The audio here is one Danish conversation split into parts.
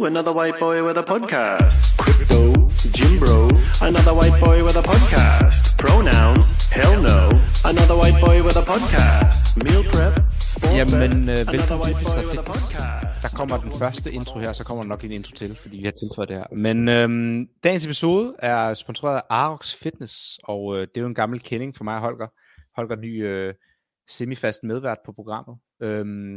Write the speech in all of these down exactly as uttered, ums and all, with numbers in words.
Ooh, another white boy with a podcast. Crypto, Jim Bro, another white boy with a podcast. Pronouns, hell no, another white boy with a podcast. Meal prep, sports Jamen, bet, øh, velkommen white til boy Ufiltreret with a Fitness. podcast. Der kommer den første intro her, så kommer der nok lige en intro til, fordi vi har tilføjet det her. Men øhm, dagens episode er sponsoreret af Arox Fitness, og øh, det er jo en gammel kending for mig og Holger. Holger, ny øh, semifast medvært på programmet. Øhm,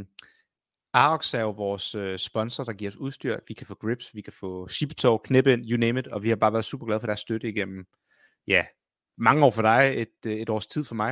Arox er jo vores øh, sponsor, der giver os udstyr. Vi kan få grips, vi kan få shippetog, knippe, you name it, og vi har bare været super glade for deres støtte igennem, ja, mange år for dig, et, et års tid for mig.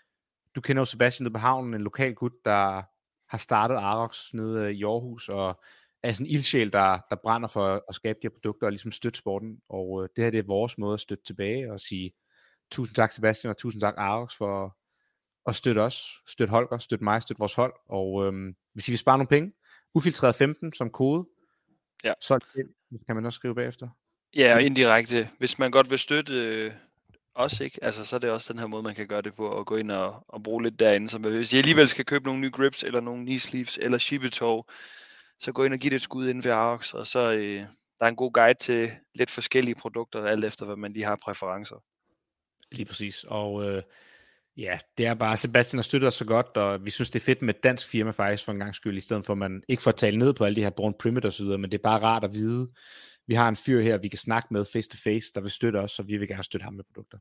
Du kender jo Sebastian nede på havnen, en lokal gut, der har startet Arox nede i Aarhus, og er sådan en ildsjæl, der, der brænder for at skabe de her produkter og ligesom støtte sporten. Og øh, det her det er vores måde at støtte tilbage og sige tusind tak Sebastian, og tusind tak Arox for at støtte os, støtte Holger, støtte mig, støtte vores hold. Og øh, hvis I vil spare nogle penge, Ufiltreret femten som kode, ja. Så kan man også skrive bagefter. Ja, og indirekte, hvis man godt vil støtte øh, os, ikke? Altså, så er det også den her måde, man kan gøre det på, at gå ind og, og bruge lidt derinde. Så hvis I alligevel skal købe nogle nye grips, eller nogle knee sleeves, eller shippetog, så gå ind og giv det et skud inden ved Arox, og så øh, der er en god guide til lidt forskellige produkter, alt efter hvad man lige har præferencer. Lige præcis, og øh, ja, det er bare, Sebastian har støttet os så godt, og vi synes det er fedt med et dansk firma faktisk for en gang skyld, i stedet for at man ikke får tale ned på alle de her Born Primitive og så videre, men det er bare rart at vide, vi har en fyr her, vi kan snakke med face to face, der vil støtte os, så vi vil gerne støtte ham med produkter.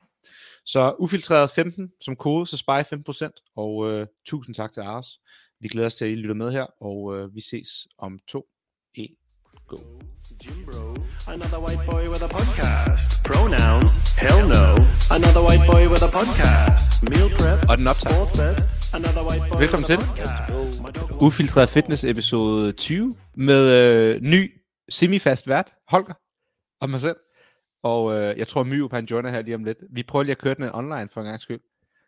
Så Ufiltreret femten som kode, så sparer I femten procent, og øh, tusind tak til Aros. Vi glæder os til, at I lytter med her, og øh, vi ses om to, en, go. Jim Bro, another white boy with a podcast. Pronouns, hell no, another white boy with a podcast. Meal prep, Og den optager. sports bet, another white boy Velkommen with a til. podcast. Ufiltreret Fitness episode tyve, med øh, ny semifast vært, Holger, og mig selv. Og øh, jeg tror, Myup han joiner her lige om lidt. Vi prøver lige at køre den online for en gang skyld.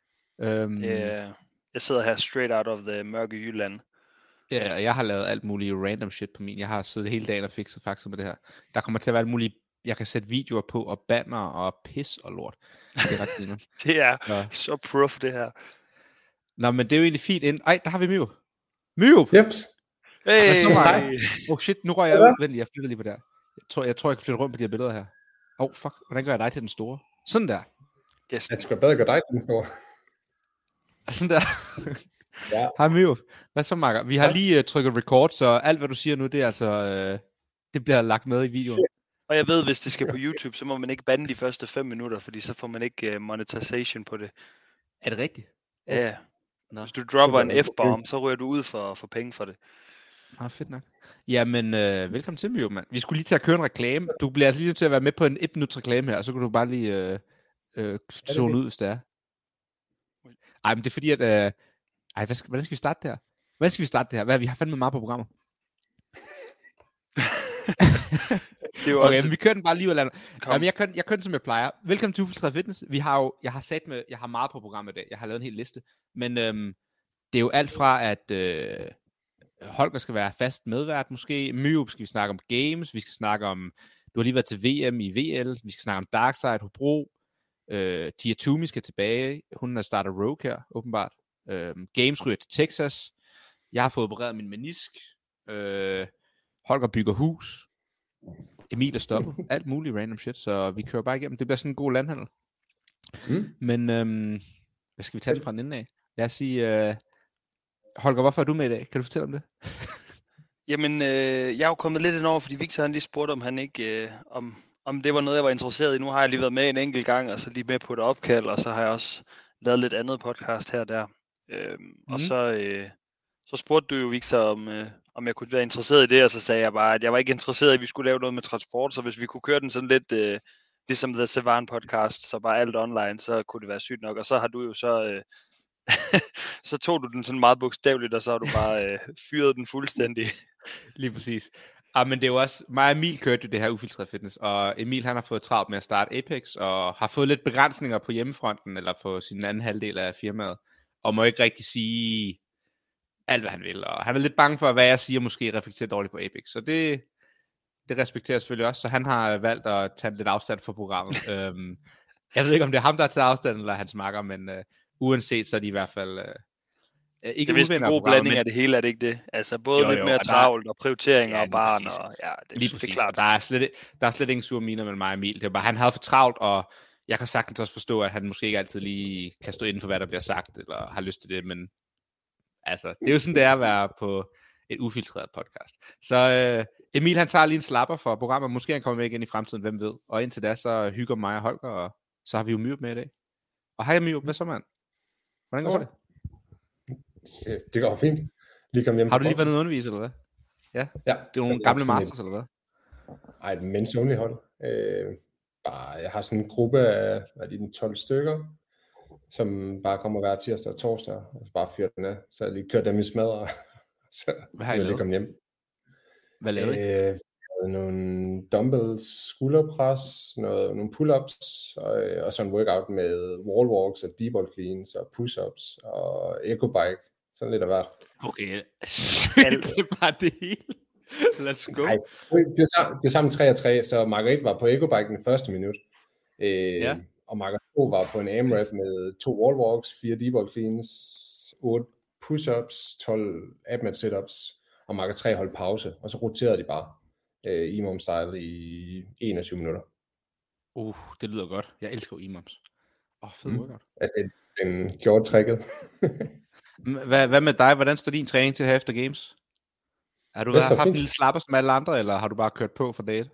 Um, Yeah. Jeg sidder her straight out of the mørke Jylland. Ja, og jeg har lavet alt muligt random shit på min. Jeg har siddet hele dagen og fikset fakser med det her. Der kommer til at være alt muligt. Jeg kan sætte videoer på, og banner, og pis og lort. Det er ret fint. Det er Ja. så proof, det her. Nå, men det er jo egentlig fint. Ind... Ej, der har vi Myup. Myup! Jeps. Hey! Hvad så, Mark? Hej. Oh shit, nu rører jeg ud. Vent lige, jeg flytter lige på der. Jeg tror, jeg tror, jeg kan flytte rundt på de her billeder her. Oh fuck, hvordan gør jeg dig til den store? Sådan der. Yes. Jeg skal bedre gøre dig til den store. Sådan der. Ja. Hej Myup. Hvad så, Mark? Vi har lige uh, trykket record, så alt hvad du siger nu, det er altså, uh, det bliver lagt med i videoen. Og jeg ved, hvis det skal på YouTube, så må man ikke bande de første fem minutter, fordi så får man ikke uh, monetization på det. Er det rigtigt? Ja. Nå. Hvis du dropper en F-bomb, så ryger du ud for, for penge for det. Ah, fedt nok. Jamen, øh, velkommen til, Myup, mand. Vi skulle lige til at køre en reklame. Du bliver altså lige nødt til at være med på en et minut reklame her, og så kan du bare lige øh, øh, zone ud, hvis det er. Ej, men det er fordi, at... Øh, ej, hvad skal, hvordan skal vi starte det her? Hvordan skal vi starte det her? Hvad, vi har fandme meget på programmet. Det er jo Okay, også... men vi kører den bare lige ud af landet. Kom. Jamen, jeg kører, jeg kører den, som jeg plejer. Velkommen til Ufiltreret Fitness. Vi har jo, jeg har sat med, jeg har meget på programmet i dag. Jeg har lavet en hel liste. Men øhm, det er jo alt fra, at øh, Holger skal være fast medvært måske. Myup skal vi snakke om games. Vi skal snakke om, du har lige været til V M i V L. Vi skal snakke om Darkside, Hobro. Øh, Tia Toomey skal tilbage. Hun har startet Rogue her, åbenbart. Øh, games ryger til Texas. Jeg har fået opereret min menisk. Øh, Holger bygger hus. Emil er stoppet. Alt muligt random shit, så vi kører bare igennem. Det bliver sådan en god landhandel. Mm. Men øhm, hvad skal vi tage den fra den ende af? Lad os sige, øh, Holger, hvorfor er du med i dag? Kan du fortælle om det? Jamen, øh, jeg er jo kommet lidt ind over, fordi Victor han lige spurgte, om han ikke, øh, om, om det var noget, jeg var interesseret i. Nu har jeg lige været med en enkelt gang, og så lige med på et opkald, og så har jeg også lavet lidt andet podcast her og der. Øh, mm. Og så, øh, så spurgte du jo, Victor, om, øh, om jeg kunne være interesseret i det, og så sagde jeg bare, at jeg var ikke interesseret i, at vi skulle lave noget med transport, så hvis vi kunne køre den sådan lidt, øh, ligesom The Savan podcast, så bare alt online, så kunne det være sygt nok. Og så har du jo så... Øh, så tog du den sådan meget bogstaveligt, og så har du bare øh, fyret den fuldstændig. Lige præcis. Ah, men det er jo også, mig og Emil kørte jo det her Ufiltreret Fitness, og Emil han har fået travlt med at starte Apex, og har fået lidt begrænsninger på hjemmefronten, eller på sin anden halvdel af firmaet, og må ikke rigtig sige alt, hvad han vil, og han er lidt bange for, hvad jeg siger, måske reflekterer dårligt på Apex, så det, det respekterer jeg selvfølgelig også, så han har valgt at tage lidt afstand fra programmet. øhm, jeg ved ikke, om det er ham, der har taget afstand, eller hans makker, men uh, uanset, så er de i hvert fald uh, Ikke det er vist en uvenner god programmer, blanding men... af det hele, er det ikke det? Altså både Jo, lidt jo, mere og der er- travlt og prioriteringer Ja, og lige barn, præcis. og ja, det, Lige det præcis. er klart. Og der er, slet, der er slet ingen sure miner mellem mig og Emil. Det er bare, han havde for travlt, og jeg kan sagtens også forstå, at han måske ikke altid lige kan stå inden for, hvad der bliver sagt, eller har lyst til det, men altså, det er jo sådan, det er at være på et ufiltreret podcast. Så øh, Emil, han tager lige en slapper for programmet. Måske han kommer med igen i fremtiden, hvem ved. Og indtil da, så hygger mig og Holger, og så har vi jo Myrup med i dag. Og hej Myrup, hvad så, mand? Hvordan går det? Det, det går fint. Lige kom hjem. Har du lige været nede undervise, eller hvad? Ja, Ja. det er nogle gamle masters, eller hvad? Ej, et men's only hold. Øh, bare, jeg har sådan en gruppe af, af de tolv stykker, som bare kommer hver tirsdag og torsdag, og så bare fyrer den af. Så jeg lige kørt dem i smadre, så Hvad har I jeg lige lavet? komme hjem. Hvad lavede I? Øh, jeg havde nogle dumbbells, skulderpres, noget, nogle pull-ups, og, og så en workout med wall walks og deep cleans og push-ups og echo bike. Sådan lidt af hvert. Okay, det er bare det hele. Let's go. Nej, vi var sammen, vi var sammen tre og tre, så Margaret var på echo bike den første minut. Øh, Ja. Og Margaret to var på en AMRAP med to wall walks, fire deep cleans, otte push-ups, tolv abmat sit-ups, og Margaret tre holdt pause, og så roterede de bare øh, imam style i enogtyve minutter. Uh, det lyder godt. Jeg elsker jo imams. Åh, oh, fed Mm. workout. Altså, det, den gjorde tricket. Hvad, hvad med dig? Hvordan står din træning til her efter games? Har du Det været, står haft en fint. lille slapper som alle andre, eller har du bare kørt på for dagen?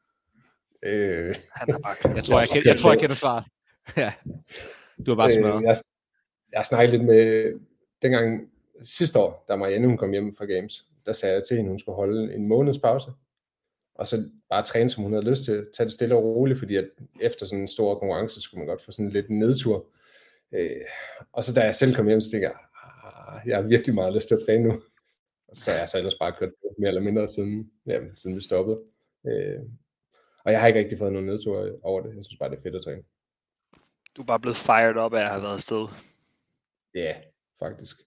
øh, Han har bare Jeg tror, jeg, jeg, jeg, tror, jeg kender svaret. Ja. Du har bare smadret. øh, jeg, jeg snakkede lidt med, dengang sidste år, da Marianne hun kom hjem fra games, der sagde jeg til hende, hun skulle holde en måneds pause, og så bare træne, som hun havde lyst til. Tage det stille og roligt, fordi at efter sådan en stor konkurrence, skulle man godt få sådan lidt en nedtur. Øh, og så da jeg selv kom hjem, så tænkte jeg, ah, jeg har virkelig meget lyst til at træne nu. Og så har jeg så ellers bare kørt mere eller mindre siden, ja, siden vi stoppede. Øh, og jeg har ikke rigtig fået nogen nedtur over det. Jeg synes bare, det er fedt at træne. Du er bare blevet fired op af at have været afsted. Ja, yeah, faktisk.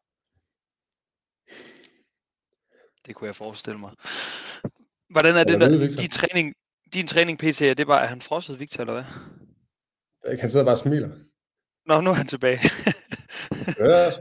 Det kunne jeg forestille mig. Hvordan er det, Hvordan er det, der, Victor? din træning, din træning P T, er det bare, er han frosset, Victor, eller hvad? Han sidder bare og smiler. Nå, nu er han tilbage. Ja,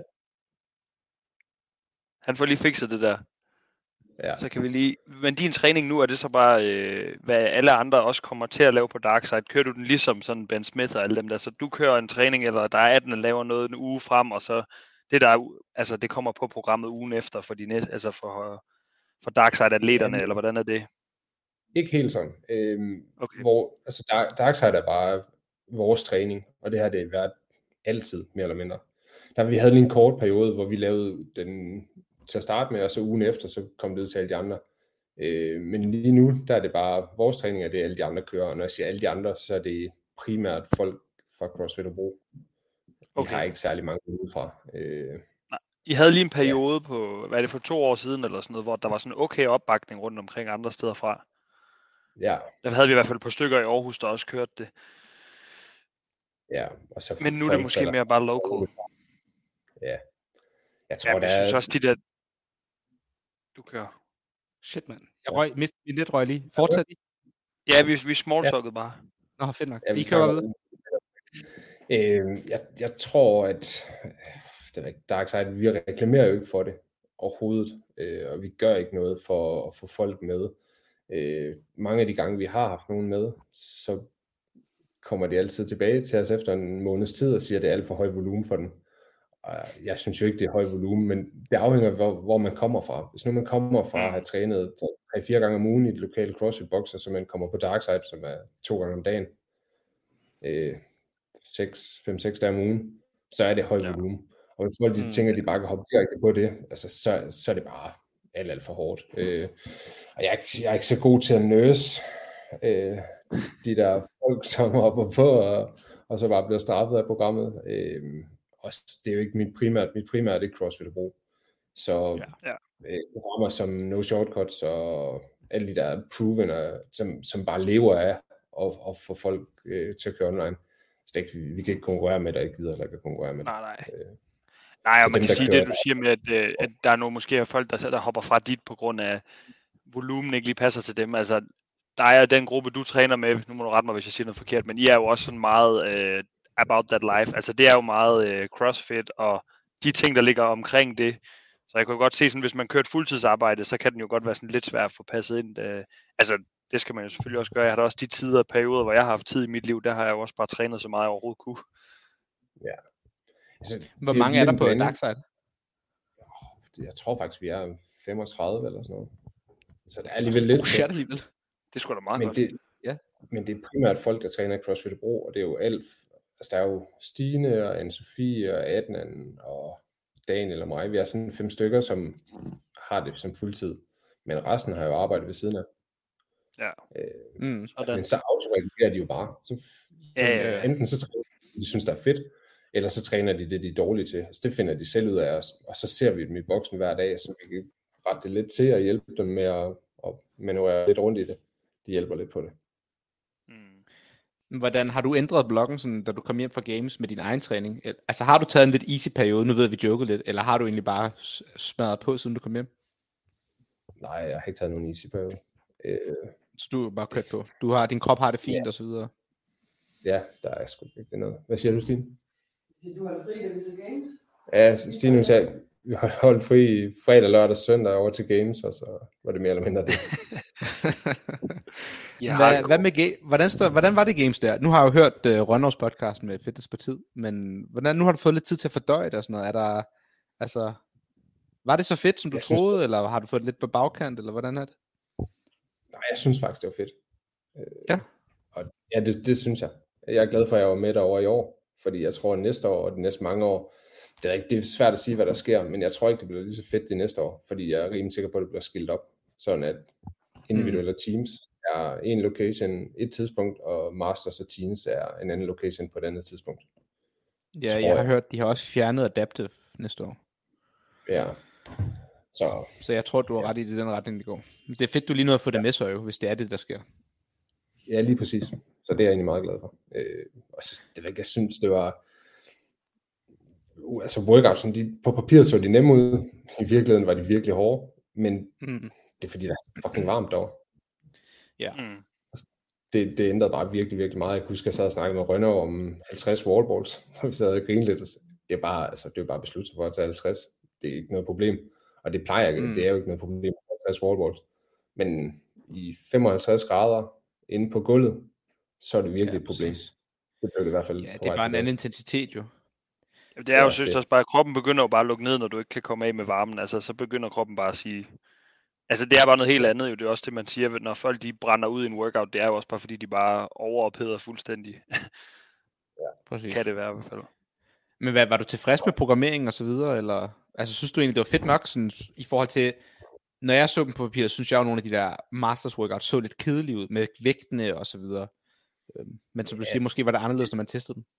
Han får lige fikset det der. ja. Så kan vi lige... Men din træning nu, er det så bare, øh, hvad alle andre også kommer til at lave på Darkside? Kører du den ligesom sådan Ben Smith og alle dem der? Så du kører en træning, eller der er atten, der laver noget en uge frem, og så det der, er- altså det kommer på programmet ugen efter for de næste, altså for, for Darkside-atleterne, Ja. eller hvordan er det? Ikke helt sådan. Øhm, Okay. hvor, altså Dark, Darkside er bare vores træning, og det har det været altid, mere eller mindre. Der, vi havde lige en kort periode, hvor vi lavede den til at starte med, og så ugen efter, så kom det ud til alle de andre. Øh, men lige nu, der er det bare, vores træning er det, alle de andre kører, og når jeg siger alle de andre, så er det primært folk fra CrossFit Hobro. Vi Okay. har ikke særlig mange udefra. Øh, I havde lige en periode på, hvad er det, for to år siden eller sådan noget, hvor der var sådan okay opbakning rundt omkring andre steder fra. ja, Der havde vi i hvert fald et par stykker i Aarhus, der også kørte det. ja. Og så Men nu er det folk måske falder- mere bare local. Ja. Jeg tror, Ja, men der jeg synes er... også, de der... Du kører. Shit, mand. Jeg røg, mist, min net røg lige. Fortsæt lige. Ja, vi, vi smalltalkede bare. Nå, fedt nok. Ja, vi I kører bare snakker videre. om- Øh, jeg, jeg tror, at det er ikke Darkside, vi reklamerer jo ikke for det overhovedet, øh, og vi gør ikke noget for at få folk med. Øh, mange af de gange, vi har haft nogen med, så kommer de altid tilbage til os efter en måneds tid og siger, at det er alt for høj volumen for den. Og jeg synes jo ikke, det er høj volumen, men det afhænger af, hvor, hvor man kommer fra. Hvis nu man kommer fra at have trænet tre-fire gange om ugen i det lokale CrossFit-box, og så man kommer på Darkside, som er to gange om dagen, øh, fem-seks dage om ugen, så er det høj Ja. volumen. Og hvis folk de Mm. tænker, at de bare kan hoppe direkte på det, altså, så, så er det bare alt, alt for hårdt. Øh, og jeg er, ikke, jeg er ikke så god til at nøse øh, de der folk, som hopper på, og, og så bare bliver straffet af programmet. Øh, og det er jo ikke mit primært, mit primært er CrossFit Hobro. Så Ja. Ja. øh, programmer som No Shortcuts og alle de der proven, og, som, som bare lever af at, at få folk øh, til at køre online. Så det er ikke, vi kan ikke konkurrere med, der ikke gider, eller kan konkurrere med det. Nej, nej. Øh, Nej, Så og man dem, kan der sige kører det, du siger med, at, øh, at der er nogle måske folk, der, der hopper fra dit på grund af volumen ikke lige passer til dem. Altså, der er den gruppe, du træner med, nu må du rette mig, hvis jeg siger noget forkert, men I er jo også sådan meget øh, about that life. Altså, det er jo meget øh, CrossFit og de ting, der ligger omkring det. Så jeg kunne godt se, sådan, hvis man kører et fuldtidsarbejde, så kan den jo godt være sådan lidt svært at få passet ind. Øh, altså, det skal man jo selvfølgelig også gøre. Jeg har da også de tider og perioder, hvor jeg har haft tid i mit liv, der har jeg jo også bare trænet så meget, jeg overhovedet kunne. Ja. Altså, Hvor det mange er der lidt på en blanding. Darkside? Jeg tror faktisk, vi er femogtredive eller sådan noget. Så det er alligevel lidt. Oh, shit, alligevel. Det er sgu da meget men godt. det, Ja. men det er primært folk, der træner i CrossFit Bro, og det er jo alt. Altså, der er jo Stine og Anne-Sophie og Adnan og Daniel og mig. Vi er sådan fem stykker, som har det som fuldtid. Men resten har jo arbejdet ved siden af. Ja. Øh, Mm. men så autoregulerer de jo bare. Så, så Ja, ja, ja. enten så træner de, de synes, der er fedt, eller så træner de det, de er dårlige til. Altså, det finder de selv ud af os, og så ser vi dem i boksen hver dag, så vi kan rette det lidt til og hjælpe dem med at, at manøvrere lidt rundt i det. De hjælper lidt på det. Mm. Hvordan har du ændret bloggen, sådan, da du kom hjem fra games med din egen træning? Altså har du taget en lidt easy periode, nu ved vi joker lidt, eller har du egentlig bare smadret på, siden du kom hjem? Nej, jeg har ikke taget nogen easy periode. Øh, Så du er bare kørt på. Du har, din krop har det fint, Ja. og så videre. ja, der er sgu ikke noget. Hvad siger du, Stine? Så du har fri, da vi så games? Ja, Stine sagde, vi har holdt fri fredag, lørdag og søndag over til games, og så var det mere eller mindre det. Ja, hvad, hvad med ga- hvordan, stod, hvordan var det games der? Nu har jeg jo hørt uh, Rønnovs podcast med Fitnesspartiet, men hvordan, nu har du fået lidt tid til at fordøje det og sådan noget. Er der, altså, var det så fedt, som du Jeg synes, troede, eller har du fået lidt på bagkant, eller hvordan er det? Nej, jeg synes faktisk, det var fedt. Øh, Ja. Og ja, det, det synes jeg. Jeg er glad for, at jeg var med derovre i år, fordi jeg tror, at næste år og de næste mange år, det er, ikke, det er svært at sige, hvad der sker, men jeg tror ikke, det bliver lige så fedt det næste år, fordi jeg er rimelig sikker på, at det bliver skilt op, sådan at individuelle mm. teams er en location et tidspunkt, og masters og teams er en anden location på et andet tidspunkt. Ja, Tror jeg har jeg. hørt, de har også fjernet Adaptive næste år. Ja, så Så jeg tror, du har ret i det, den retning, det går. Men det er fedt, du lige nåede at få det med så jo, hvis det er det, der sker. ja, lige præcis. Så det er jeg egentlig meget glad for. Øh, og så, det var ikke, jeg synes, det var uh, altså workouts, de, på papiret så de nemme ud. I virkeligheden var de virkelig hårde, men Mm. det er fordi, der er fucking varmt derovre. Ja. Mm. Det, det ændrede bare virkelig, virkelig meget. Jeg kan huske, at jeg sad og snakkede med Rønner om halvtreds wallballs, og vi sad og grinede lidt. Det er bare, altså, det er bare besluttet for at tage halvtreds. Det er ikke noget problem. Og det plejer ikke, mm. det er jo ikke noget problem med halvtreds wallballs. Men i femoghalvtreds grader inde på gulvet, så er det virkelig Ja, et problem. præcis. Det blev det i hvert fald. Ja, på det er vej bare en tilbage. anden intensitet jo. Det er jo, Ja, synes det- jeg også bare, at kroppen begynder jo bare at lukke ned, når du ikke kan komme af med varmen. Altså, så begynder kroppen bare at sige... Altså, det er bare noget helt andet jo. Det er også det, man siger, når folk de brænder ud i en workout. Det er jo også bare, fordi de bare overopheder fuldstændig. Præcis. Kan det være i hvert fald. Men hvad, var du tilfreds med programmeringen og så videre, eller, altså synes du egentlig, det var fedt nok, sådan, i forhold til, når jeg så dem på papiret, synes jeg jo, nogle af de der masters workouts så lidt kedelige ud, med vægtene og så videre. Øhm, Men som du siger, måske var det anderledes, når man testede dem.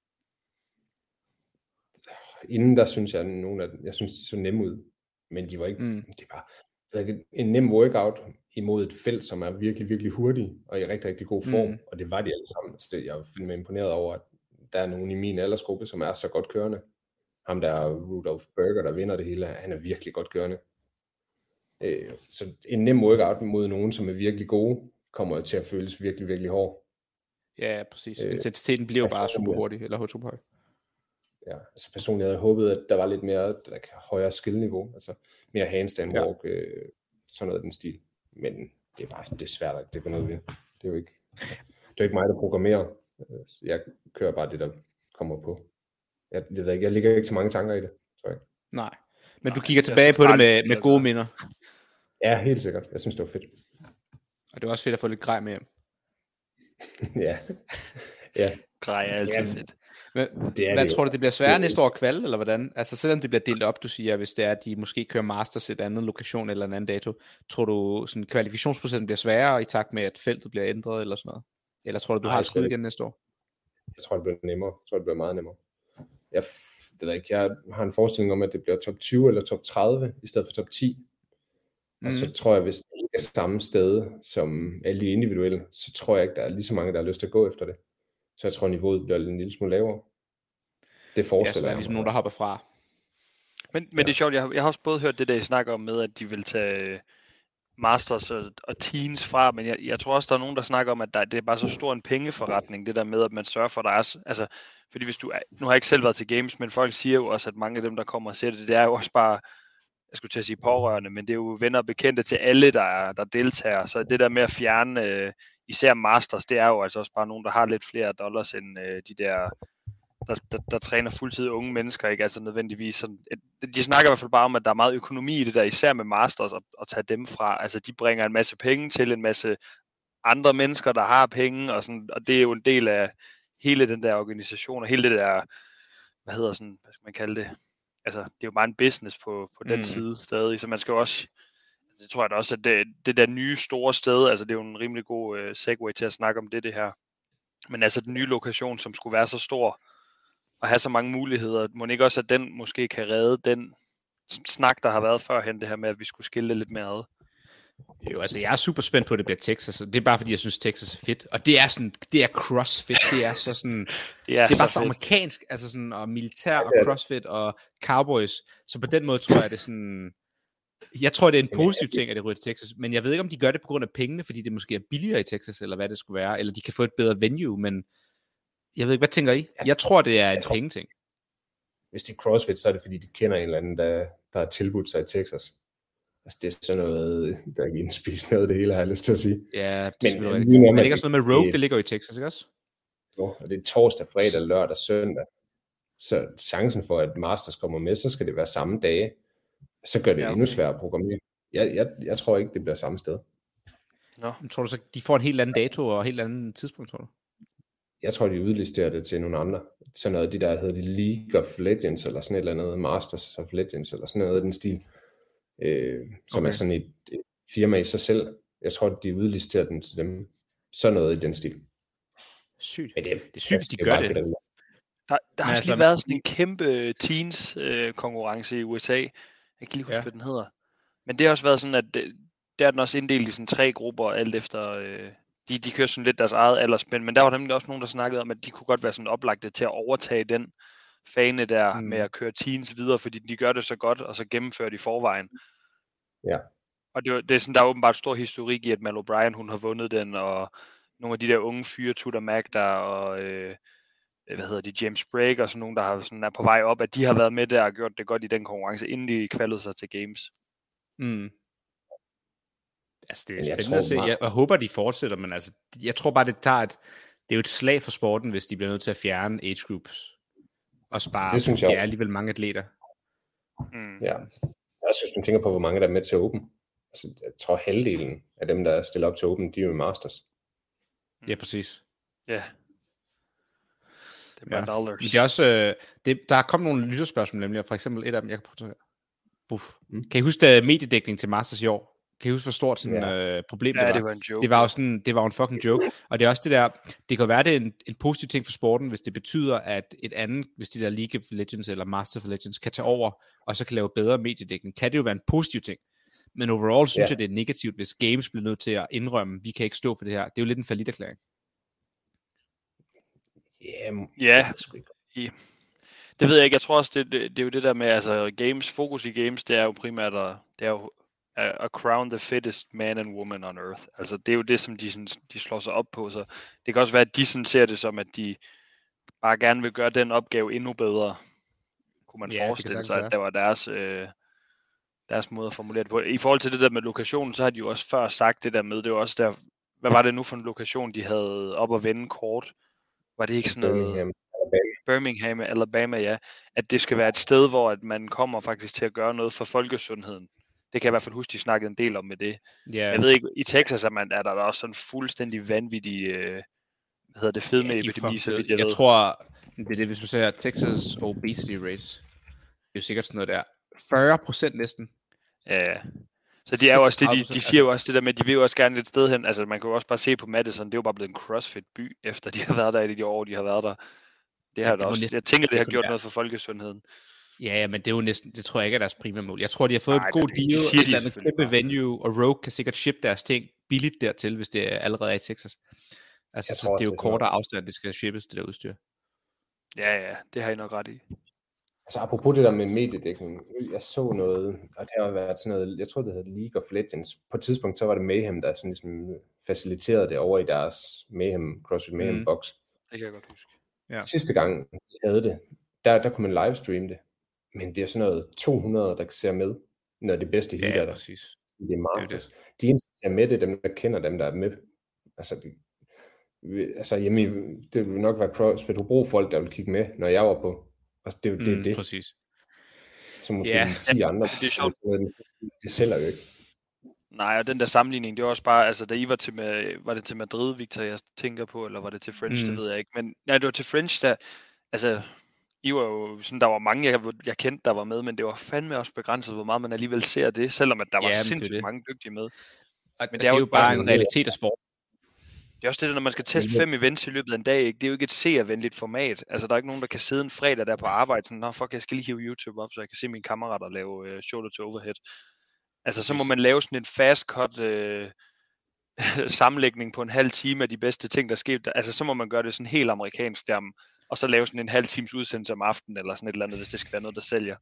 Inden der synes jeg, at nogle af dem, jeg synes, de så nemme ud. Men de var ikke, Mm. mm. det var det var en nem workout imod et felt, som er virkelig, virkelig hurtig, og i rigtig, rigtig god form. Mm. Mm. Og det var de alle sammen. Så det, jeg er fandme imponeret over, at der er nogen i min aldersgruppe, som er så godt kørende. Ham der Rudolf Berger, der vinder det hele, han er virkelig godt kørende. Øh, så en nem workout mod nogen, som er virkelig gode, kommer jo til at føles virkelig, virkelig hård. Ja, præcis. Øh, Intensiteten bliver jo bare personligt. super hurtig, eller super høj. Ja, altså personligt havde jeg håbet, at der var lidt mere, der højere skillniveau, altså mere handstand Ja. walk, øh, sådan noget af den stil. Men det er bare, det er svært at det er noget ved. Det er jo ikke, det er jo ikke mig, der programmerer. Øh, Jeg kører bare det, der kommer på. Jeg, jeg ved ikke, jeg ligger ikke så mange tanker i det. Sorry. Nej. Men du Nej, kigger jeg tilbage synes på det bare, med, det med er gode altså- minder. Ja, helt sikkert. Jeg synes, det var fedt. Og det er også fedt at få lidt grej med hjem. ja. ja, Grej er altid Ja. fedt. Men, det er hvad det tror jo. du, det bliver sværere Det- næste år at kvalde, eller hvordan? Altså selvom det bliver delt op, du siger, hvis det er, at de måske kører masters et andet lokation eller en anden dato, tror du, sådan kvalifikationsprocenten bliver sværere i takt med, at feltet bliver ændret eller sådan noget? Eller tror du, du Nej, har et slet skud ikke. igen næste år? Jeg tror, det bliver nemmere. Jeg tror, det bliver meget nemmere. Jeg, f- det ved jeg ikke, jeg har en forestilling om, at det bliver top tyve eller top tredive, i stedet for top ti. Og Mm. så tror jeg, hvis det ikke er samme sted som alle de individuelle, så tror jeg ikke, der er lige så mange, der har lyst til at gå efter det. Så jeg tror, niveauet bliver en lille smule lavere. Det Ja, så forestiller der er jeg ligesom mig. nogen, der hopper fra. Men, men det er sjovt, jeg har, jeg har også både hørt det der, I snakker om med, at de vil tage Masters og, og teens fra, men jeg, jeg tror også, der er nogen, der snakker om, at der, det er bare så stor en pengeforretning, det der med, at man sørger for, at der er, altså, fordi hvis du, er, nu har jeg ikke selv været til games, men folk siger jo også, at mange af dem, der kommer og ser det, det er jo også bare, jeg skulle til at sige pårørende, men det er jo venner og bekendte til alle, der, er, der deltager, så det der med at fjerne, øh, især Masters, det er jo altså også bare nogen, der har lidt flere dollars, end øh, de der, der, der, der træner fuldtid unge mennesker, ikke altså nødvendigvis sådan, de snakker i hvert fald bare om, at der er meget økonomi i det der, især med Masters, at, at tage dem fra, altså de bringer en masse penge til en masse andre mennesker, der har penge, og, sådan, og det er jo en del af hele den der organisation, og hele det der, hvad hedder sådan, hvad skal man kalde det, altså det er jo bare en business på, på den mm. side stadig, så man skal jo også, altså, det tror jeg da også, at det, det der nye store sted, altså det er jo en rimelig god uh, segue til at snakke om det, det her, men altså den nye lokation, som skulle være så stor, og have så mange muligheder, må ikke også, at den måske kan redde den snak, der har været førhen, det her med, at vi skulle skille det lidt mere ad? Jo, altså jeg er super spændt på, at det bliver Texas. Det er bare fordi, jeg synes, Texas er fedt. Og det er sådan, det er crossfit. Det er så sådan, det er, det er bare så, så amerikansk, altså sådan, og militær og crossfit og cowboys. Så på den måde tror jeg, det er sådan, jeg tror, det er en positiv ting, at det ryger til Texas. Men jeg ved ikke, om de gør det på grund af pengene, fordi det måske er billigere i Texas, eller hvad det skulle være. Eller de kan få et bedre venue, men jeg ved ikke, hvad tænker I? Jeg tror, det er en pengeting. Hvis det er CrossFit, så er det fordi, de kender en eller anden, der, der har tilbudt sig i Texas. Altså, det er sådan noget, der er indspist noget, det hele har jeg lyst til at sige. Ja, det men, er men, men det ligger sådan noget med Rogue, det, det ligger jo i Texas, ikke også? Jo, og det er torsdag, fredag, lørdag, søndag. Så chancen for, at Masters kommer med, så skal det være samme dage. Så gør det ja, okay. endnu sværere at programmere. Jeg, jeg, jeg tror ikke, det bliver samme sted. Nå. Tror du så, de får en helt anden dato og en helt anden tidspunkt, tror du? Jeg tror, de udlisterer det til nogle andre. Sådan noget, de der hedder de League of Legends, eller sådan et eller andet, Masters of Legends, eller sådan noget af den stil. Øh, som okay. er sådan et, et firma i sig selv. Jeg tror, de udlisterer den til dem. Sådan noget i den stil. Sygt. Men det, det er sygt, hvis de gør det. Der, der har altså lige været sådan en kæmpe teens øh, konkurrence i U S A. Jeg kan ikke lige huske, ja. hvad den hedder. Men det har også været sådan, at det, der er den også inddelt i sådan tre grupper, alt efter... Øh, de, de kører sådan lidt deres eget aldersspænd. Men der var nemlig også nogen, der snakkede om, at de kunne godt være sådan oplagte til at overtage den fane der mm. med at køre teens videre, fordi de gør det så godt, og så gennemfører de forvejen. Ja. Og det, det er sådan, der er åbenbart stor historik i, at Mal O'Brien, hun har vundet den, og nogle af de der unge fyre, Tudor Mac der, og øh, hvad hedder de, James Bragg, og sådan nogle, der har, sådan, er på vej op, at de har været med der og gjort det godt i den konkurrence, inden de kvalede sig til Games. Mm. Altså, det er spændende tror, at se. Jeg, jeg håber, de fortsætter, men altså, jeg tror bare, det tager et, det er jo et slag for sporten, hvis de bliver nødt til at fjerne age groups. Og spare, det synes jeg. Det er alligevel mange atleter. Mm. Ja. Jeg synes, man tænker på, hvor mange der er med til Open. Altså, jeg tror, halvdelen af dem, der stiller op til Open, de er jo Masters. Ja, præcis. Ja. Yeah. Det er ja. dollars. Men det er også, øh, det, der er kommet nogle lytterspørgsmål, nemlig, for eksempel et af dem, jeg kan prøve Buff. Mm. Kan I huske uh, mediedækning til Masters i år? Kan I huske, hvor stort sådan ja. øh, problem ja, det var? det var en joke. Det var jo sådan, det var en fucking joke. Og det er også det der, det kan være, det er en, en positiv ting for sporten, hvis det betyder, at et andet, hvis de der League of Legends eller Master of Legends kan tage over, og så kan lave bedre mediedækning, kan det jo være en positiv ting. Men overall synes ja. jeg, det er negativt, hvis games bliver nødt til at indrømme, vi kan ikke stå for det her. Det er jo lidt en falliterklæring. Yeah, ja, ja. Det ved jeg ikke. Jeg tror også, det, det, det er jo det der med, altså games, fokus i games, det er jo primært, at, det er jo a crown the fittest man and woman on earth. Altså det er jo det, som de, sådan, de slår sig op på. Så det kan også være, at de sådan ser det som, at de bare gerne vil gøre den opgave endnu bedre. Kunne man ja, forestille sig, at det var deres, øh, deres måde at formulere det på. I forhold til det der med lokationen, så har de jo også før sagt det der med, det var også der, hvad var det nu for en lokation, de havde op at vende kort? Var det ikke sådan noget... Birmingham, Birmingham, Alabama, ja. At det skal være et sted, hvor at man kommer faktisk til at gøre noget for folkesundheden. Det kan jeg i hvert fald huske, de snakkede en del om med det. Yeah. Jeg ved ikke, i Texas er, man, er der også sådan fuldstændig vanvittig, øh, hvad hedder det, fedmeepidemi, ja, så vidt jeg, jeg ved. tror, det er det, hvis man ser Texas obesity rates, det er jo sikkert sådan noget der, fyrre procent næsten. Ja, så de er jo også det, de, de siger jo også det der med, de vil jo også gerne et sted hen, altså man kan jo også bare se på Madison, det er jo bare blevet en CrossFit-by, efter de har været der i de år, de har været der. Det har ja, det også. Jeg tænker, det har gjort noget for folkesundheden. Ja, ja, men det er jo næsten, det tror jeg ikke er deres primære mål. Jeg tror, de har fået Nej, et god det, deal, de et eller andet kæmpe venue, og Rogue kan sikkert ship deres ting billigt dertil, hvis det er allerede er i Texas. Altså, så det er jo kortere afstand, det skal shippes, det der udstyr. Ja, ja, det har I nok ret i. Altså apropos det der med mediedækning, jeg så noget, og det har været sådan noget, jeg tror det hedder League of Legends. På et tidspunkt så var det Mayhem, der sådan ligesom faciliterede det over i deres Mayhem, CrossFit Mayhem Mm. box. Det kan jeg godt huske. Ja. Sidste gang vi havde det, der, der kunne man livestreame det, men det er sådan noget to hundrede, der kan se med, når det bedste heat Ja, er der. præcis. Det er Det er Masters. det. De eneste, der er med, det er dem, der kender dem, der er med. Altså, det, vi- altså hjemme, i- det vil nok være CrossFit Hobro folk, der vil kigge med, når jeg var på. Altså, det, det er Mm, det, præcis. som måske Ja. de ti andre. Det er sjovt. Det sælger jo ikke. Nej, og den der sammenligning, det var også bare, altså da I var til, med, var det til Madrid, Victor, jeg tænker på, eller var det til French, Mm. det ved jeg ikke. Men nej, det var til French, der, altså, I var jo sådan, der var mange, jeg, jeg kendte, der var med, men det var fandme også begrænset, hvor meget man alligevel ser det, selvom at der var Ja, men det er sindssygt det. mange dygtige med. Og, Men men det er det er jo jo bare bare sådan en noget- realitet af sport. Det er også det, når man skal teste fem events i løbet af en dag, ikke? Det er jo ikke et seervenligt format. Altså, der er ikke nogen, der kan sidde en fredag der på arbejde, sådan, nå fuck, jeg skal lige hive YouTube op, så jeg kan se mine kammerater lave uh, shoulder to overhead. Altså, så må Præcis. man lave sådan en fast cut uh, sammenlægning på en halv time af de bedste ting, der sker. Altså, så må man gøre det sådan helt amerikansk der, og så lave sådan en halv times udsendelse om aftenen, eller sådan et eller andet, hvis det skal være noget, der sælger.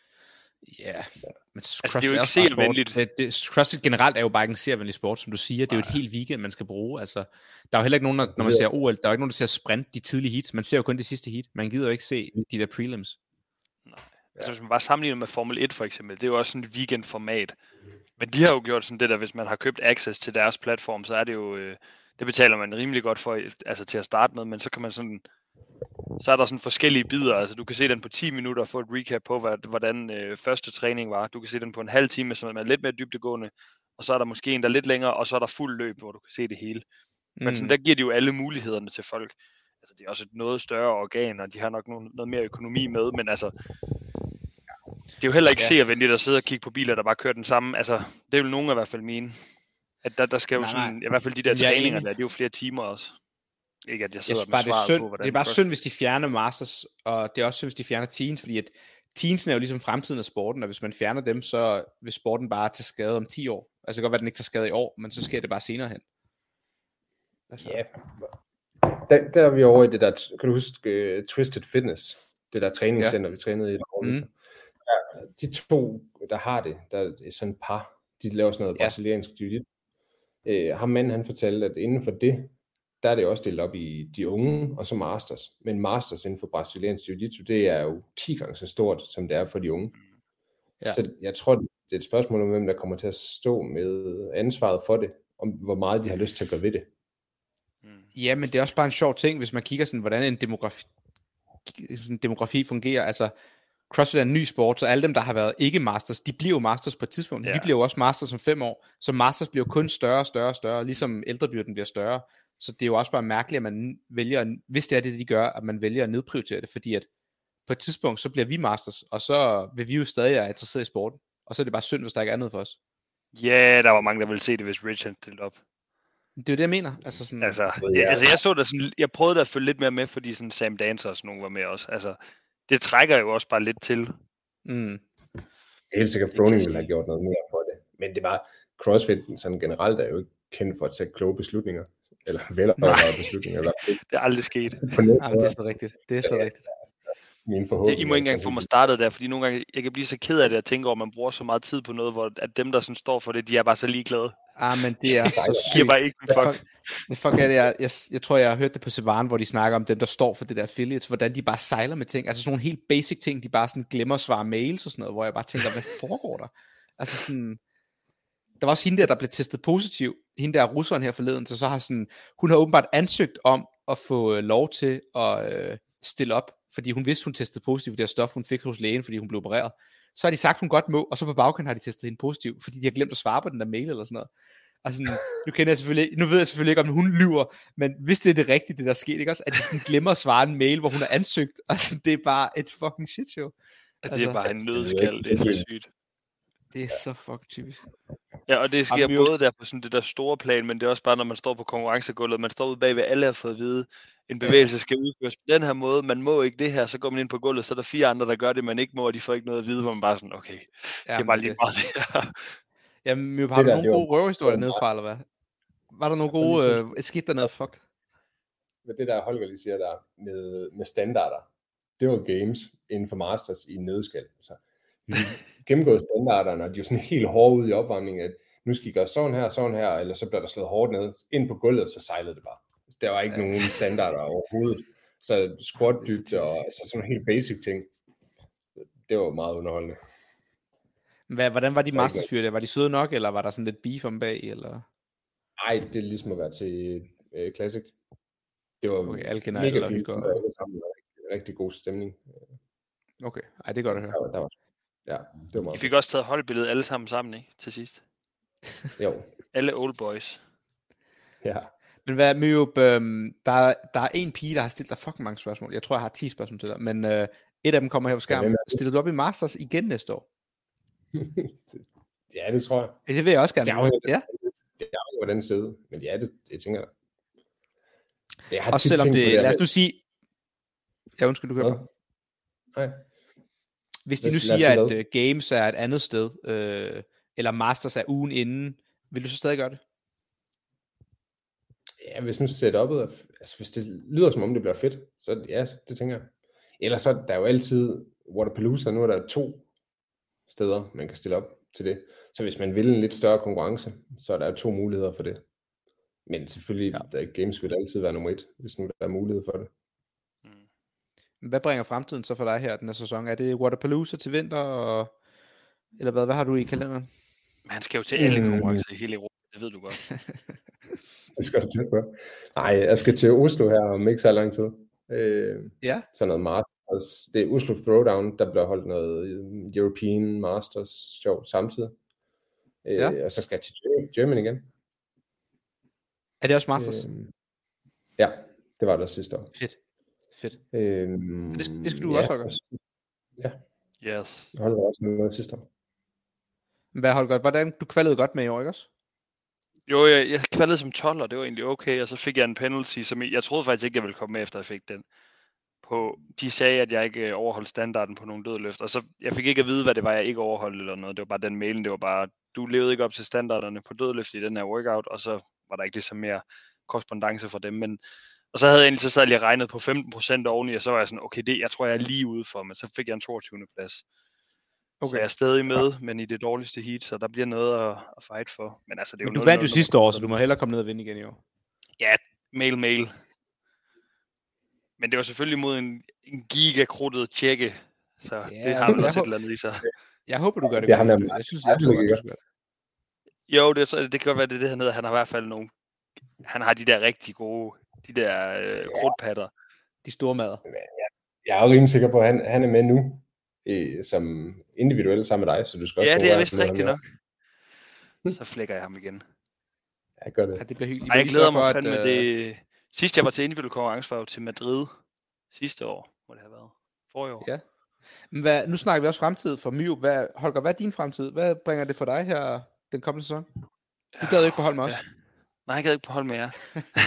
Ja, men det er jo ikke også bare seervenligt. sport. Det, det, CrossFit generelt er jo bare ikke en seervenlig sport, som du siger. Det er jo et helt weekend, man skal bruge. Altså, der er jo heller ikke nogen, når, når man ser O L, der er jo ikke nogen, der ser sprint de tidlige heats. Man ser jo kun de sidste heat. Man gider jo ikke se de der prelims. Altså hvis man bare sammenligner med Formel et for eksempel, det er jo også sådan et weekendformat. Men de har jo gjort sådan det der, hvis man har købt access til deres platform, så er det jo, øh, det betaler man rimelig godt for, altså til at starte med, men så kan man sådan, så er der sådan forskellige bidder, altså du kan se den på ti minutter og få et recap på, hvad, hvordan øh, første træning var. Du kan se den på en halv time, som er lidt mere dybdegående, og så er der måske en, der er lidt længere, og så er der fuld løb, hvor du kan se det hele. Men sådan, der giver de jo alle mulighederne til folk. Altså det er også et noget større organ, og de har nok noget, noget mere økonomi med, men altså, det er jo heller ikke Ja. seervenligt at sidde og kigge på biler, der bare kører den samme. Altså, det vil nogen i hvert fald mene. At der, der skal jo Nej, sådan, nej. i hvert fald de der Men jeg er træninger enig. der, det er jo flere timer også. Ikke at jeg Jeg sidder synes med bare, det er, svaret synd, på, hvordan det er bare CrossFit- synd, hvis de fjerner Masters, og det er også synd, hvis de fjerner teens, fordi at teensen er jo ligesom fremtiden af sporten, og hvis man fjerner dem, så vil sporten bare tage skade om ti år. Altså det kan godt være, at den ikke tager skade i år, men så sker det bare senere hen. Altså, Ja. Der, der er vi over i det der, kan du huske uh, Twisted Fitness, det der træningscenter, ja. vi trænede i. Mm. Ja, de to, der har det, der er sådan et par, de laver sådan noget Ja. brasiliansk jiu-jitsu. Øh, ham manden, han fortalte, at inden for det, der er det også delt op i de unge, og så masters. Men masters inden for brasiliansk jiu-jitsu, det er jo ti gange så stort, som det er for de unge. Ja. Så jeg tror, det er et spørgsmål om, hvem der kommer til at stå med ansvaret for det, om hvor meget de har lyst til at gøre ved det. Ja, men det er også bare en sjov ting, hvis man kigger sådan, hvordan en demografi, sådan demografi fungerer. Altså, CrossFit er en ny sport, så alle dem, der har været ikke masters, de bliver jo masters på et tidspunkt. Ja. De bliver jo også masters om fem år, så masters bliver jo kun større og større og større, ligesom ældrebyrden bliver større. Så det er jo også bare mærkeligt, at man vælger, hvis det er det, de gør, at man vælger at nedprioritere det, fordi at på et tidspunkt, så bliver vi masters, og så vil vi jo stadig være interesseret i sporten. Og så er det bare synd, hvis der ikke er noget for os. Ja, der var mange, der ville se det, hvis Rich havde stillet op. Det er jo det, jeg mener. Altså sådan, Altså, Ja. ja, altså jeg så der sådan, jeg prøvede da at følge lidt mere med, fordi sådan Sam Dancer og sådan nogen var med også. Altså, det trækker jo også bare lidt til. mm, Det er helt sikkert, Froning ville have gjort noget mere for det. Men det var, CrossFit sådan generelt er jo ikke kendt for at tage kloge beslutninger. Eller velovervejede beslutninger. Eller, Det er aldrig sket. på noget ja, men det er så rigtigt. Det er så rigtigt. min Det, forhåbning. I må ikke engang få mig startet der, fordi nogle gange, jeg kan blive så ked af det at tænke over, at man bruger så meget tid på noget, hvor at dem, der sådan står for det, de er bare så ligeglade. Ah, men det er så De giver sygt. bare ikke en Hvad fuck. fuck, hvad fuck er det, jeg, jeg, jeg tror, jeg har hørt det på Sevan, hvor de snakker om dem, der står for det der affiliates, hvordan de bare sejler med ting. Altså sådan nogle helt basic ting, de bare sådan glemmer at svare mails og sådan noget, hvor jeg bare tænker, hvad foregår der? Altså sådan, der var også hende der, der blev testet positiv, hende der russeren her forleden, så så har sådan, hun har åbenbart ansøgt om at få øh, lov til at øh, stille op, fordi hun vidste, hun testede positiv for det her stof, hun fik hos lægen, fordi hun blev opereret. Så har de sagt, hun godt må, og så på bagkant har de testet hende positiv, fordi de har glemt at svare på den der mail eller sådan noget. Altså, nu, kender jeg selvfølgelig, nu ved jeg selvfølgelig ikke, om hun lyver, men hvis det er det rigtige, det der sker, ikke også? At de sådan glemmer at svare en mail, hvor hun er ansøgt, altså det er bare et fucking shit show. Altså, det er bare en altså, det er nødskal, ikke det er så helt- sygt. Det er så fucking typisk. Ja, og det sker Jamen, vi er jo- både der på sådan det der store plan, men det er også bare, når man står på konkurrencegulvet, man står ude bagved, alle har fået at vide, en bevægelse skal udføres på den her måde, man må ikke det her, så går man ind på gulvet, så er der fire andre, der gør det, man ikke må, og de får ikke noget at vide, hvor man bare sådan, okay, det er bare lige meget det her. Jamen, har Det du der, nogle det var- gode røverhistorier nede fra, eller hvad? Var der nogle gode øh, skidt dernede? Fuck. Med det der Holger lige siger der med, med standarder. det var games inden for Masters i en nødskal. Altså, vi gennemgået standarderne, og de er jo sådan helt hårde ude i opvarmningen, at nu skal I gøre sådan her, sådan her, eller så bliver der slået hårdt ned. Ind på gulvet, så sejlede det bare. Der var ikke ja. nogen standarder overhovedet. Så squat dybde og altså sådan nogle helt basic ting. Det var meget underholdende. Hvad, hvordan var de mastersfyr der? Var de søde nok, eller var der sådan lidt beef om bag? Eller? Ej, det er ligesom at være til øh, Classic. Det var okay, alle kender mega eller fint, hygger. og alle sammen rigtig, rigtig god stemning. Okay, ej, det er godt at høre. Der var, der var, ja, det var meget. I fik også taget holdbilledet alle sammen sammen, ikke? Til sidst. Jo. Alle old boys. Ja. Men hvad, Myrup, øhm, der, der er en pige, der har stillet dig fucking mange spørgsmål. Jeg tror, jeg har ti spørgsmål til dig, men øh, et af dem kommer her på skærmen. Ja, stiller du op i Masters igen næste år? Ja, det tror jeg. Ja, det vil jeg også gerne. Det er jo, ja. Det er jo, hvordan side, men ja, det, det tænker jeg. Det har også selvom det, det lad os nu sige, ja, undskyld, du kører. Nej. Hvis de nu siger, at uh, Games er et andet sted, øh, eller Masters er ugen inden, vil du så stadig gøre det? Ja, hvis nu setup'et er, altså hvis det lyder som om det bliver fedt, så ja, det tænker jeg. Ellers så der er jo altid Wodapalooza, nu er der to steder, man kan stille op til det. Så hvis man vil en lidt større konkurrence, så er der to muligheder for det. Men selvfølgelig, ja. Der Games vil altid være nummer et, hvis nu der er mulighed for det. Mm. Hvad bringer fremtiden så for dig her den her sæson? Er det Wodapalooza til vinter, og... eller hvad, hvad har du i kalenderen? Man skal jo til alle konkurrencer i hele Europa, det ved du godt. Det skal du til for. Nej, jeg skal til Oslo her om ikke så lang tid. Øh, ja. Sådan noget Masters. Det er Oslo Throwdown, der bliver holdt noget European Masters show samtidig. Øh, ja. Og så skal jeg til Germany igen. Er det også Masters? Øh, ja, det var det sidste år. Fedt. Fedt. Øh, det, det skal du ja, også, Holger. Ja. Yes. Jeg holder også med sidste år. Hvad, Holger? Hvordan, du kvalede godt med i år, ikke også? Jo, jeg, jeg kvalede som tolv, og det var egentlig okay, og så fik jeg en penalty, som jeg, jeg troede faktisk ikke, jeg ville komme med, efter jeg fik den. På, de sagde, at jeg ikke overholdt standarden på nogle dødløft, og så jeg fik ikke at vide, hvad det var, jeg ikke overholdt eller noget. Det var bare den mailen, det var bare, du levede ikke op til standarderne på dødløft i den her workout, og så var der ikke ligesom mere korrespondance for dem. Men, og så havde jeg egentlig så sad jeg regnet på femten procent oveni, og så var jeg sådan, okay, det, jeg tror, jeg er lige ude for, men så fik jeg en toogtyvende plads. Okay. Så jeg er stadig med, ja. Men i det dårligste heat, så der bliver noget at, at fight for. Men altså, det er men jo du noget, vandt jo sidste år, så du må hellere komme ned og vinde igen i år. Ja, mail, mail. Men det var selvfølgelig mod en, en gigakrudtet tjekke, så ja, det har vel også et eller andet i sig. Jeg håber, du gør det, det godt. Jeg, jeg synes, jeg tror, du gør det. Jo, det, det kan godt være, det det, han hedder. Han har i hvert fald nogle... Han har de der rigtig gode, de der øh, krudtpatter. De store mader. Jeg er jo rimelig sikker på, at han, han er med nu. Øh, som individuelt sammen med dig, så du skal også ja, det er vist rigtigt nok. Så flækker jeg ham igen. Jeg gør det. Ja, det bliver hyggeligt. Ej, jeg glæder mig fandme at, det. Sidst jeg var til individuel konkurrence, var jo til Madrid sidste år, må det have været. Forrige år. Ja. Men hvad, nu snakker vi også fremtid for Myrup. Hvad, Holger, hvad er din fremtid? Hvad bringer det for dig her den kommende sæson? Du gad ikke på hold med os. Ja. Nej, jeg gad ikke på hold med jer.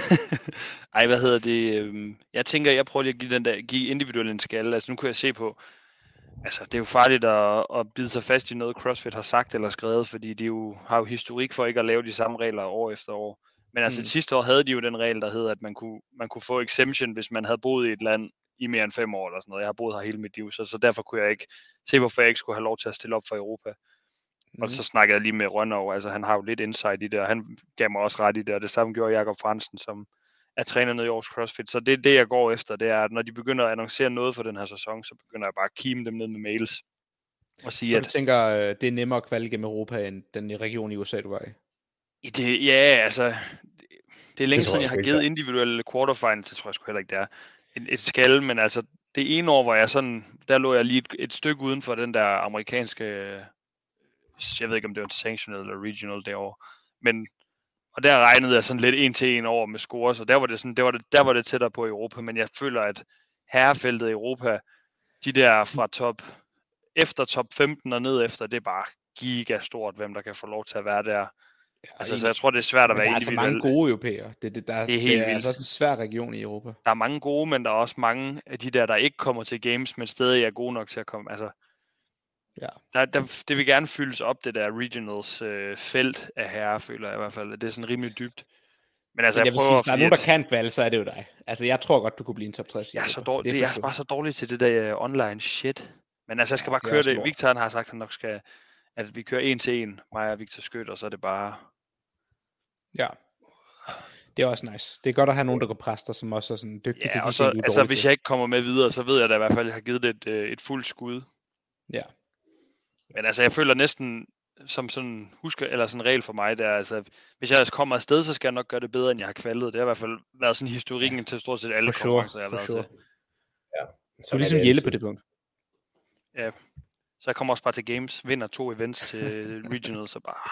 Ej, hvad hedder det? Jeg tænker, jeg prøver lige at give den der, give individuelt en skalle. Altså nu kunne jeg se på, altså, det er jo farligt at, at bide sig fast i noget, CrossFit har sagt eller skrevet, fordi de jo har jo historik for ikke at lave de samme regler år efter år. Men altså, mm. sidste år havde de jo den regel, der hed, at man kunne, man kunne få exemption, hvis man havde boet i et land i mere end fem år eller sådan noget. Jeg har boet her hele mit liv, så, så derfor kunne jeg ikke se, hvorfor jeg ikke skulle have lov til at stille op for Europa. Mm. Og så snakkede jeg lige med Rønnow, altså han har jo lidt insight i det, og han gav mig også ret i det, og det samme gjorde Jakob Fransen, som er træner nede i Aarhus CrossFit. Så det er det, jeg går efter, det er, at når de begynder at annoncere noget for den her sæson, så begynder jeg bare at kime dem ned med mails. Og sige, så at du tænker, det er nemmere at kvalde gennem Europa, end den region i U S A, du var i? I det, ja, altså, det, det er længe det siden, jeg har givet individuelle quarterfinals, det tror jeg sgu heller ikke, det er et, et skal, men altså, det ene år, hvor jeg sådan, der lå jeg lige et, et stykke uden for den der amerikanske, jeg ved ikke, om det var sanctional eller regional det år, men og der regnede jeg sådan lidt en til en over med scores, og der var det sådan, der var det, der var det tættere på Europa, men jeg føler, at herrefeltet i Europa, de der fra top, efter top femten og ned efter, det er bare gigastort, hvem der kan få lov til at være der. Ja, altså, så jeg tror, det er svært at være individuel. Der er altså mange gode europæere. Det, det, der, det er, helt det er altså også en svær region i Europa. Der er mange gode, men der er også mange af de der, der ikke kommer til games, men stadig er gode nok til at komme. Altså, ja. der, der, det vil gerne fyldes op, det der regionals øh, felt af herre, føler jeg i hvert fald. Det er sådan rimelig dybt. Men altså, Men jeg, jeg vil prøver, sige, hvis der er fordi nogen, der at- kan kval, så er det jo dig. Altså, jeg tror godt, du kunne blive en top tres. Jeg er, så Jakob. dårlig, det, er jeg er forstået. bare så dårlig til det der uh, online shit. Men altså, jeg skal Ja, bare det er køre også det. lort. Victor han har sagt, at han nok skal, at vi kører en til en, mig og Victor Skyt, og så er det bare... Ja. Det er også nice. Det er godt at have nogen, der går presse dig, som også er sådan dygtige Ja, til de og så, ting, du er altså, dårlig hvis til. jeg ikke kommer med videre, så ved jeg da i hvert fald, at jeg har givet det et, øh, et fuldt skud. Ja. Men altså, jeg føler næsten som sådan husker eller sådan en regel for mig, der altså, hvis jeg kommer afsted, så skal jeg nok gøre det bedre, end jeg har kvalet. Det har i hvert fald været sådan historikken ja. til stort set alle For konkurrencer, sure, jeg har for været sure. til. Ja. Så er ligesom Jelle på det punkt. Ja. Så jeg kommer også bare til games, vinder to events til regional, så bare...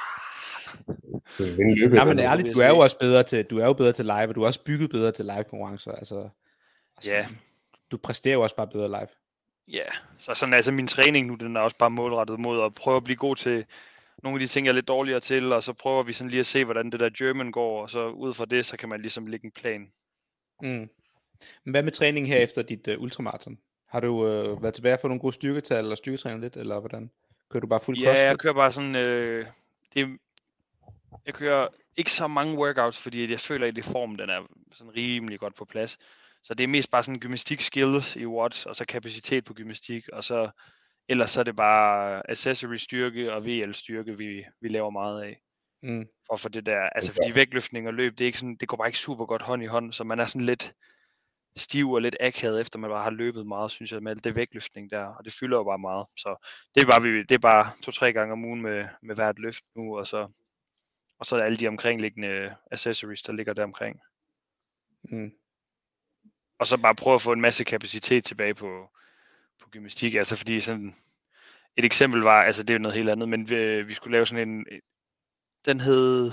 Ja, men ærligt, du er jo også bedre til, du er jo bedre til live, og du er også bygget bedre til live konkurrencer. Altså, altså ja. Du præsterer jo også bare bedre live. Ja, så sådan altså min træning nu, den er også bare målrettet mod at prøve at blive god til nogle af de ting, jeg er lidt dårligere til, og så prøver vi sådan lige at se, hvordan det der German går, og så ud fra det, så kan man ligesom lægge en plan. Mm. Men hvad med træningen her efter dit uh, ultramarathon? Har du øh, været tilbage for nogle gode styrketal, eller styrketræning lidt, eller hvordan? Kører du bare fuld crossfit? Ja, jeg kører bare sådan, øh, det, jeg kører ikke så mange workouts, fordi jeg føler, at det form, den er sådan rimelig godt på plads. Så det er mest bare sådan gymnastik skills i watts, og så kapacitet på gymnastik, og så ellers så er det bare accessory styrke og V L styrke, vi, vi laver meget af. Mm. For, for det der, altså fordi vægtløftning og løb, det, er ikke sådan, det går bare ikke super godt hånd i hånd, så man er sådan lidt stiv og lidt akavet, efter man bare har løbet meget, synes jeg, med alt det vægtløftning der, og det fylder jo bare meget. Så det er bare, det er bare to-tre gange om ugen med, med hvert løft nu, og så, og så er alle de omkringliggende accessories, der ligger der omkring. Mm. Og så bare prøve at få en masse kapacitet tilbage på, på gymnastik, altså fordi sådan, et eksempel var, altså det er jo noget helt andet, men vi, vi skulle lave sådan en, den hed,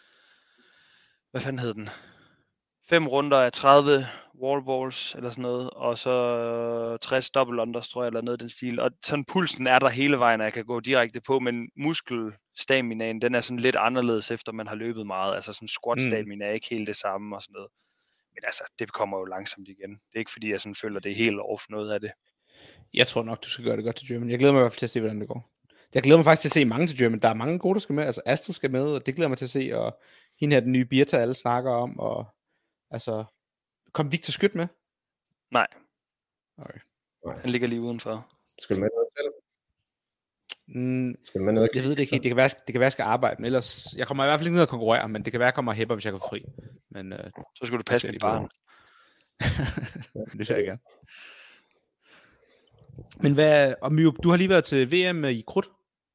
hvad fanden hed den? Fem runder af tredive wallballs eller sådan noget, og så tres double unders, tror jeg, eller noget i den stil. Og sådan pulsen er der hele vejen, og jeg kan gå direkte på, men muskelstaminaen, den er sådan lidt anderledes, efter man har løbet meget. Altså sådan squat-stamina er ikke helt det samme og sådan noget. Men altså, det kommer jo langsomt igen. Det er ikke fordi, jeg sådan føler, det er helt off noget af det. Jeg tror nok, du skal gøre det godt til German. Jeg glæder mig i hvert fald til at se, hvordan det går. Jeg glæder mig faktisk til at se mange til German. Der er mange gode, der skal med. Altså Astrid skal med, og det glæder mig til at se. Og hende her, den nye Birta, alle snakker om. Og altså, kom Victor Skyt med? Nej. Okay. Han ligger lige udenfor. Skal du med noget til? Mm, skal du med noget? Jeg ved det ikke helt. Det kan være, det kan være, jeg skal arbejde. Men ellers, jeg kommer i hvert fald ikke ned og konkurrere, men det kan være, jeg kommer og hæpper, hvis jeg kan få fri. Men, øh, så skal du passe mit barn. Det vil jeg gerne. Men hvad, og Myrup, du har lige været til V M i krudt?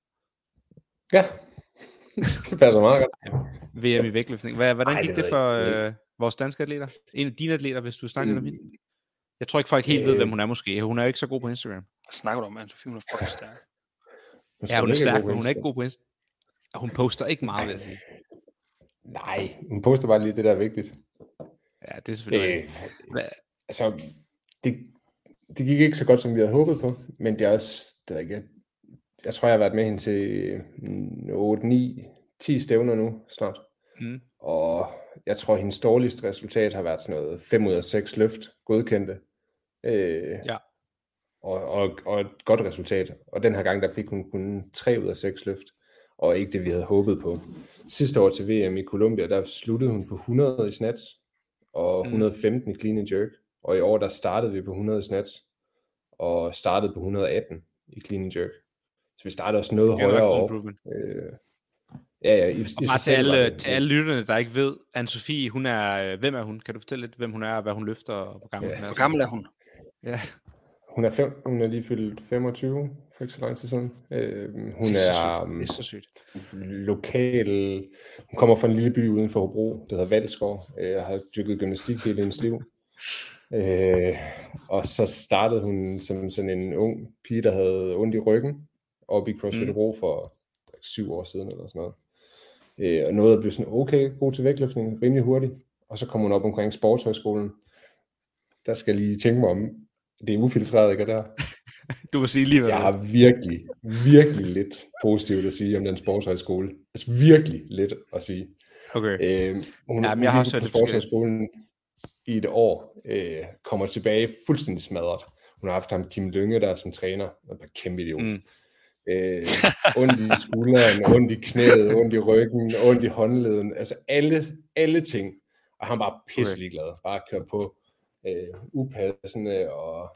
Ja, det passer meget godt. V M i vægtløftning. Hvad, hvordan Ej, gik det det ved for jeg øh, vores danske atleter? En af dine atleter, hvis du snakker mm. om hende? Jeg tror ikke, folk helt øh, ved, hvem hun er måske. Hun er jo ikke så god på Instagram. Hvad snakker du om, Anne-Sophie? Hun er fucking stærk. Ja, hun er stærk, men hun er ikke god på Instagram. Hun poster ikke meget, vil jeg sige. Nej, hun poster bare lige det, der er vigtigt. Ja, det er selvfølgelig øh, altså, det, det gik ikke så godt, som vi havde håbet på, men det er også, det er ikke, jeg tror, jeg har været med hende til otte, ni, ti stævner nu snart. Mm. Og jeg tror, hendes dårligste resultat har været sådan noget fem ud af seks løft godkendte. Øh, ja. Og, og, og et godt resultat. Og den her gang, der fik hun kun tre ud af seks løft, og ikke det, vi havde håbet på. Sidste år til V M i Colombia, der sluttede hun på hundrede i snatch, og et hundrede og femten i clean and jerk. Og i år, der startede vi på hundrede i snatch, og startede på et hundrede og atten i clean and jerk. Så vi startede også noget højere op. Øh, ja, ja. I, og bare til alle, til alle lytterne, der ikke ved, Anne-Sophie, hun er, hvem er hun? Kan du fortælle lidt, hvem hun er, hvad hun løfter, og hvor gammel ja. hun er? Hvor gammel er hun? Ja. Hun er, fem, hun er lige fyldt femogtyve, for ikke så lang tid siden. Øh, hun det er, er, um, det er så sygt. Lokal, hun kommer fra en lille by uden for Hobro, der hedder Valskov. Jeg har dyrket gymnastik hele hendes liv. Øh, og så startede hun som sådan en ung pige, der havde ondt i ryggen, oppe i CrossFit Hobro mm. for syv år siden eller sådan noget. Øh, og nåede at blive sådan okay, god til vægtløftning, rimelig hurtigt. Og så kom hun op omkring sportshøjskolen. Der skal jeg lige tænke mig om, det er ufiltreret, ikke der? Du må sige lige, hvad jeg har virkelig, virkelig lidt positivt at sige om den sportshøjskole. Altså virkelig lidt at sige. Okay. Øh, hun ja, hun jeg har på sportshøjskolen i et år, øh, kommer tilbage fuldstændig smadret. Hun har haft ham Kim Lynge der som træner, og er kæmpe idiot. Mm. Øh, ondt i skulderen, ondt i knæet, ondt i ryggen, ondt i håndleden, altså alle, alle ting. Og han var pisselig glad. Bare køre på øh, upassende og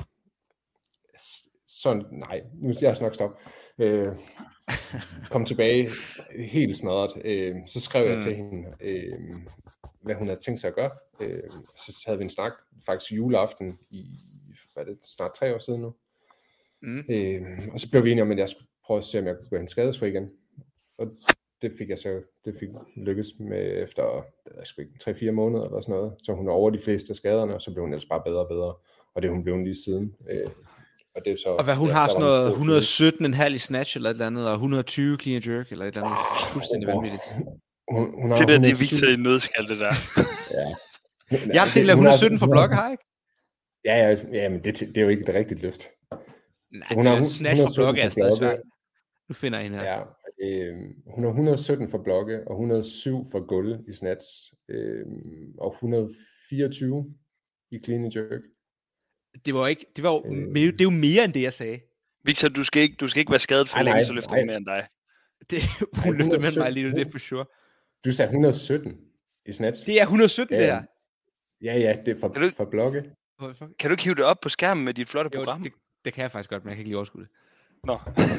sådan, nej, nu skal jeg nok stoppe. Øh, kom tilbage helt smadret. Øh, så skrev jeg mm. til hende, øh, hvad hun havde tænkt sig at gøre. Øh, så havde vi en snak, faktisk juleaften i, hvad er det, snart tre år siden nu. Mm. Øh, og så blev vi enige om, at jeg skulle prøve at se, om jeg kunne gå hen skadesfri igen. Og det fik jeg så, det fik lykkes med efter, det er sgu ikke, tre fire måneder eller sådan noget. Så hun er over de fleste af skaderne, og så blev hun ellers bare bedre og bedre. Og det er hun blevet lige siden. Øh, og, det er så, og hvad hun ja, har sådan noget et hundrede og sytten komma fem i snatch eller et eller andet, og et hundrede og tyve clean and jerk eller et eller andet. Ah, fuldstændig oh, vanvittigt. Hun, hun har det der, det er Victor i nødskal, det der. Ja. Jeg har tænkt at hundrede og sytten for blokke, har ikke? Ja, ja, ja, men det, det er jo ikke et rigtigt løft. Nej, så hun har snatch for blokke er stadig svært. Nu finder jeg hende her. Ja, øh, hun har et hundrede og sytten for blokke, og et hundrede og syv for gulv i snatch, øh, og et hundrede og fireogtyve i clean and jerk. Det var ikke, det var jo, øh, det er jo mere end det, jeg sagde. Victor, du skal ikke, du skal ikke være skadet for længe, så løfter hun mere end dig. Det, hun løfter mere end mig lige nu, det er for sure. Du sagde et hundrede og sytten i snatch. Det er et hundrede og sytten, ja, det her. Ja, ja, det er for, du, for blokke. Kan du ikke hive det op på skærmen med dit flotte jo, program? Det, det kan jeg faktisk godt, men jeg kan ikke lige overskue det. Nå.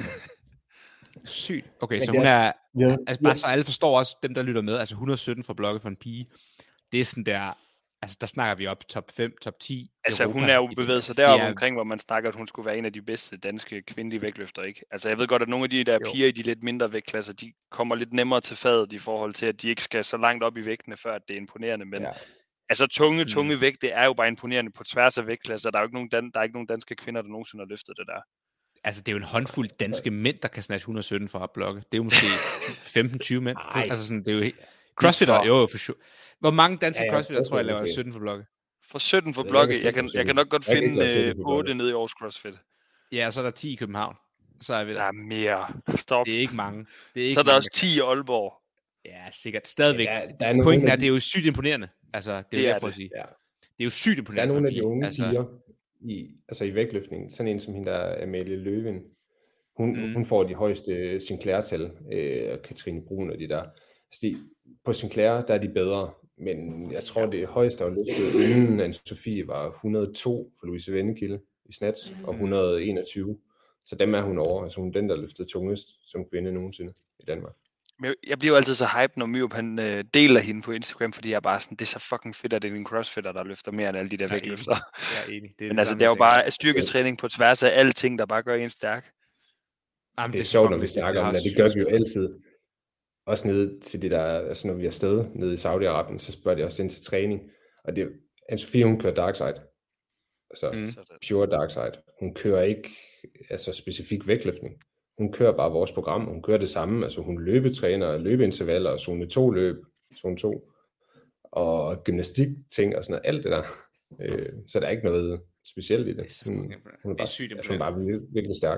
Sygt. Okay, så hun er, ja, altså bare så alle forstår også, dem der lytter med, altså et hundrede og sytten for blokke for en pige, det er sådan der, altså der snakker vi op top fem, top ti. Altså Europa, hun er jo bevæget sig deroppe er... omkring, hvor man snakker, at hun skulle være en af de bedste danske kvindelige vægtløfter, ikke? Altså jeg ved godt, at nogle af de der jo. piger i de lidt mindre vægtklasser, de kommer lidt nemmere til fadet i forhold til, at de ikke skal så langt op i vægtene, før det er imponerende, men ja. altså tunge, tunge mm. vægt, det er jo bare imponerende på tværs af vægtklasser. Der er jo ikke nogen, dan- der er ikke nogen danske kvinder, der nogensinde har løftet det der. Altså, det er jo en håndfuld danske mænd, der kan snatche et hundrede og sytten for at blokke. Det er jo måske femten tyve mænd. Ej. Altså sådan, det er jo helt... Crossfitter, jo, jo, for sure. Hvor mange danske ja, ja, crossfitter, tror jeg, laver sytten for blokke? For sytten for blokke? Jeg kan, jeg kan nok godt finde otte nede i Aarhus CrossFit. Ja, så er der ti i København. Så er vi der. Der er mere. Stop. Det er ikke mange. Det er ikke så er der mange. Også ti i Aalborg. Ja, sikkert. Stadigvæk. Ja, der, der er Pointen er, at det er jo sygt imponerende. Altså, det er det, jeg prøver at sige. Ja. Det er jo sygt imponerende. Der er nogle af de unge altså... piger i, altså i vægtløftningen. Sådan en som hende der Amalie Løven. Hun, mm. hun får de højeste Sinclair-tal, øh, Katrine Brun og de der. Altså de, på Sinclair, der er de bedre, men jeg tror, det højeste, der var løftet inden Anne-Sophie, var et hundrede og to for Louise Vendekilde i snatch, mm. og et hundrede og enogtyve. Så dem er hun over. Altså hun er den, der løftede tungest som kvinde nogensinde i Danmark. Jeg bliver jo altid så hype, når Myrup han øh, deler hende på Instagram, fordi jeg er bare sådan, det er så fucking fedt, at det er en crossfitter, der løfter mere end alle de der vægtløfter. Jeg er enig. Det er men altså, det er jo bare styrketræning på tværs af alle ting, der bare gør en stærk. Jamen, det er sjovt, når vi snakker om det. Det gør vi jo altid. Også nede til det der, altså når vi er afsted nede i Saudi-Arabien, så spørger de også ind til træning. Og det Anne-Sophie, hun kører dark side. Altså mm. pure dark side. Hun kører ikke altså specifik vægtløftning. Hun kører bare vores program. Hun kører det samme. Altså hun løbetræner, løbeintervaller, zone to løb, zone to. Og gymnastik ting og sådan noget. Alt det der. Øh, så der er ikke noget specielt i det. Hun, hun er bare, sygt altså, hun er bare virkelig, virkelig stærk.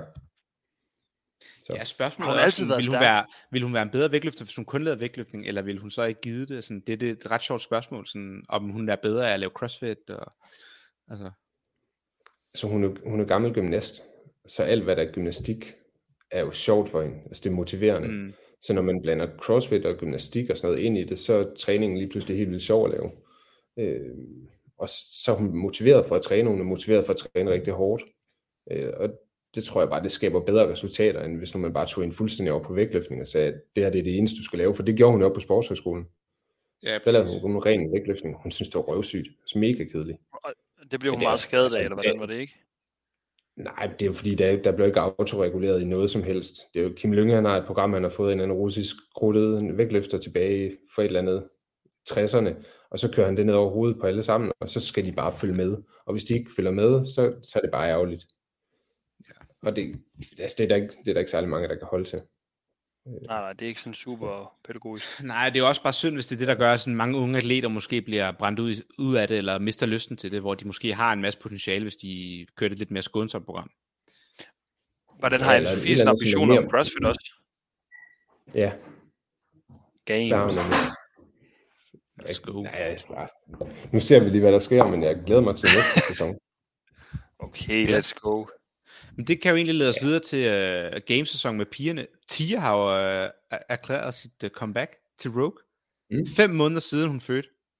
Så. Ja, spørgsmålet er også, vil hun, være, vil hun være en bedre vægtløfter, hvis hun kun lavede vægtløftning, eller vil hun så ikke give det? Sådan, det, det er et ret sjovt spørgsmål, sådan, om hun er bedre af at lave crossfit. Og, altså. Så hun er, hun er gammel gymnast, så alt hvad der er gymnastik, er jo sjovt for hende. Altså det er motiverende. Mm. Så når man blander crossfit og gymnastik og sådan noget ind i det, så er træningen lige pludselig helt vildt sjov at lave. Øh, og så er hun motiveret for at træne, hun er motiveret for at træne rigtig hårdt. Øh, og det tror jeg bare, det skaber bedre resultater, end hvis nu man bare tog en fuldstændig over på vægtløftning og sagde, at det her det er det eneste, du skal lave. For det gjorde hun jo på sportshøjskolen. Ja, der lavede hun en ren vægtløftning. Hun synes, det var røvsygt. Så mega kedeligt. Og det blev hun meget skadet af, eller hvordan var det ikke? Nej, det er jo fordi, der, der blev ikke autoreguleret i noget som helst. Det er jo Kim Lynge, han har et program, han har fået en anden russisk krudtet vægtløfter tilbage for et eller andet tresserne, og så kører han det ned over hovedet på alle sammen, og så skal de bare følge med. Og hvis de ikke følger med, så, så er det bare ærgerligt. Og det, altså det, er der ikke, det er der ikke særlig mange, der kan holde til. Nej, nej, det er ikke sådan super pædagogisk. Nej, det er jo også bare synd, hvis det er det, der gør, at sådan mange unge atleter måske bliver brændt ud, ud af det, eller mister lysten til det, hvor de måske har en masse potentiale, hvis de kører det lidt mere skånsomt program. Hvordan har Anne-Sophies ambitioner om CrossFit også? Ja. Games. Let's go. Nej, nu ser vi lige, hvad der sker, men jeg glæder mig til næste sæson. Okay, let's go. Men det kan jo egentlig lede os videre til uh, gamesæson med pigerne. Tia har jo uh, erklæret sit uh, comeback til Rogue. Mm. Fem måneder siden hun fødte.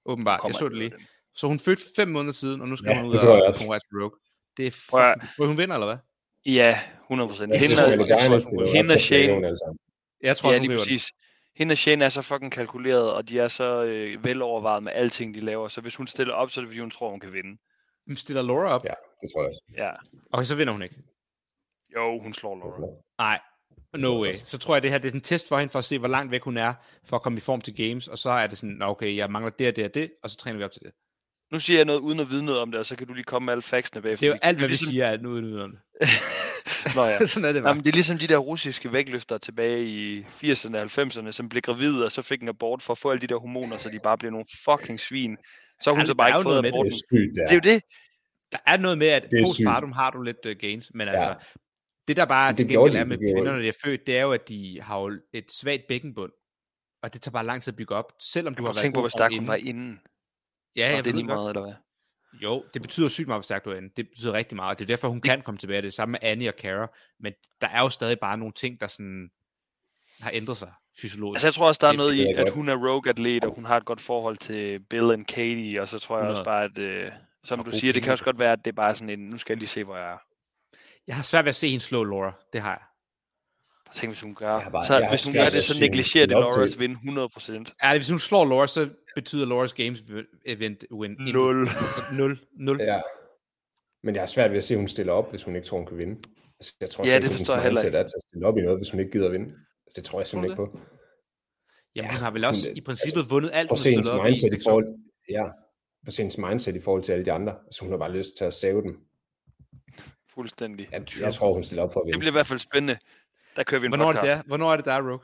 åbenbart. Jeg så det lige. Så hun fødte fem måneder siden, og nu skal Ja, hun ud det tror jeg og også. konkurrere til Rogue. Det er Prøv at- fucking... Hun vinder, eller hvad? Ja, hundrede procent. Jeg Hende, tror, og- det er jeg tror, dejligt, hun- det er hende og opsat Shane- million, altså. Jeg tror, ja, hun lige river den. præcis. Hende og Shane er så fucking kalkuleret, og de er så øh, velovervejet med alting, de laver. Så hvis hun stiller op, så er det fordi, hun tror, hun kan vinde. Hun stiller Laura op. Ja, det tror jeg også. Ja. Okay, så vinder hun ikke. Jo, hun slår Laura. Nej, no way. Så tror jeg, det her det er en test for hende, for at se, hvor langt væk hun er, for at komme i form til games, og så er det sådan, "Nå, okay, jeg mangler det og det og det, og så træner vi op til det. Nu siger jeg noget uden at vide noget om det, og så kan du lige komme med alle factsene bagefter. Det er jo alt, hvad vi ligesom... siger, at nu er det om det. Nå ja. Sådan er det bare. Jamen, det er ligesom de der russiske vægtløftere tilbage i firserne og halvfemserne, som blev gravide, og så fik en abort for at få alle de der hormoner, så de bare blev nogle fucking svin. Så har hun Ja, så der bare er jo ikke fået noget med det. aborten. Det er sygt, ja. Det er jo det. Der er noget med, at Det er postpartum har du lidt uh, gains, men Ja. altså, det der bare Det til gjorde gengæld de, er med det gjorde kvinder, de. når de er født, det er jo, at de har jo et svagt bækkenbund, og det tager bare lang tid at bygge op, selvom du Du har har været tænkt på, god hvor stærk inden. hun var inden. Ja, Og jeg det er ved lige godt. meget, eller hvad? Jo, det betyder sygt meget, hvor stærkt du er inde. Det betyder rigtig meget, og det er derfor, hun kan komme tilbage. Det er samme med Annie og Cara, men der er jo stadig bare nogle ting, der sådan har ændret sig fysiologisk. Altså, jeg tror også, der er Det- noget det i, ved jeg at godt. hun er rogue-atlet, og hun har et godt forhold til Bill og Katie, og så tror jeg hundrede. også bare, at, øh, som Og du gode siger, det kan penge. også godt være, at det er bare sådan en, nu skal jeg lige se, hvor jeg er. Jeg har svært ved at se hende slå Laura. Det har jeg. Tænk, hvis hun gør. Jeg har bare- så jeg har hvis hun svært gør ved det, at så se negligerer det hende op Lauras til- vinde hundrede procent. Ærligt, hvis hun slår Laura, så betyder Laura's games event win. Nul. Nul. Nul. Ja. Men jeg har svært ved at se, at hun stiller op, hvis hun ikke tror, hun kan vinde. Altså, jeg tror Ja, slet det ikke, forstår jeg hendes heller mindset er til at stille op i noget, hvis hun ikke gider at vinde. Altså, det tror jeg simpelthen Tror ikke på. Jamen, Ja, hun har vel også hun- i princippet vundet alt, Prøv hun at se hendes stillede op mindset i i. forhold, ja, prøv at se hendes mindset i forhold til alle de andre. Altså, hun har bare lyst til at save dem. Fuldstændig. Jeg, jeg tror, hun stiller op for at Det vinde. bliver i hvert fald spændende. Der kører vi en Hvornår er det podcast. der? Hvornår er det der, Rogue?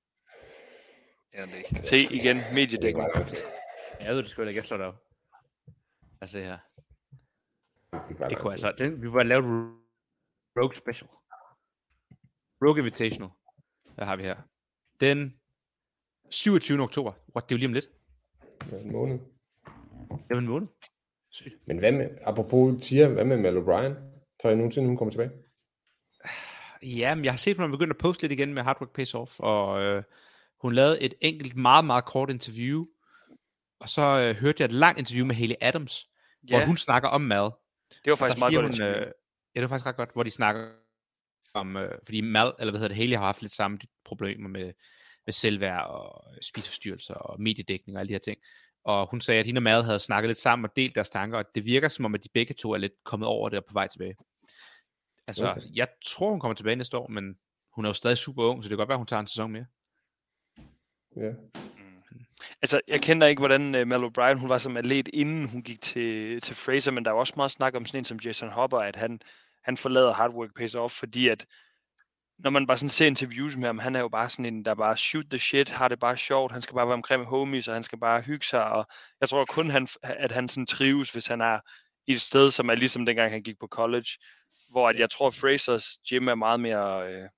Ja, det er ikke. Se igen, Det er mediedækning. bare lang tid. Jeg ved det sgu ikke, jeg slår det op. Altså det her. Det, er bare Det lang kunne tid. altså, den, vi var lavet Rogue Special. Rogue Invitational. Hvad har vi her? Den syvogtyvende oktober. What, det er jo lige om lidt. Ja, en måned. Det er en måned. Sygt. Men hvad med, apropos Tia, hvad med Mel O'Brien? Tror jeg nogensinde, hun kommer tilbage? Ja, men jeg har set, at man begynder at poste lidt igen med Hard Work Pays Off, og øh, hun lavede et enkelt, meget, meget kort interview, og så øh, hørte jeg et langt interview med Haley Adams, Ja, hvor hun snakker om mad. det var Og faktisk der meget siger godt hun, interview. øh, ja, det var faktisk ret godt, hvor de snakker om, øh, fordi Mal, eller hvad hedder det, Haley har haft lidt samme problemer med, med selvværd og spiseforstyrrelser og mediedækning og alle de her ting. Og hun sagde, at hende og Mal havde snakket lidt sammen og delt deres tanker, og det virker som om, at de begge to er lidt kommet over det og på vej tilbage. Altså, Okay. jeg tror, hun kommer tilbage næste år, men hun er jo stadig super ung, så det kan godt være, hun tager en sæson mere. Ja. Altså, jeg kender ikke, hvordan uh, Mel O'Brien, hun var som atlet, inden hun gik til, til Fraser, men der er jo også meget snak om sådan en som Jason Hopper, at han, han forlader Hard Work Pays Off, fordi at når man bare sådan ser interviews med ham, han er jo bare sådan en, der bare shoot the shit, har det bare sjovt, han skal bare være omkring med homies, og han skal bare hygge sig, og jeg tror kun, han, at han sådan trives, hvis han er i et sted, som er ligesom dengang han gik på college, hvor at jeg tror, Frasers gym er meget mere, øh,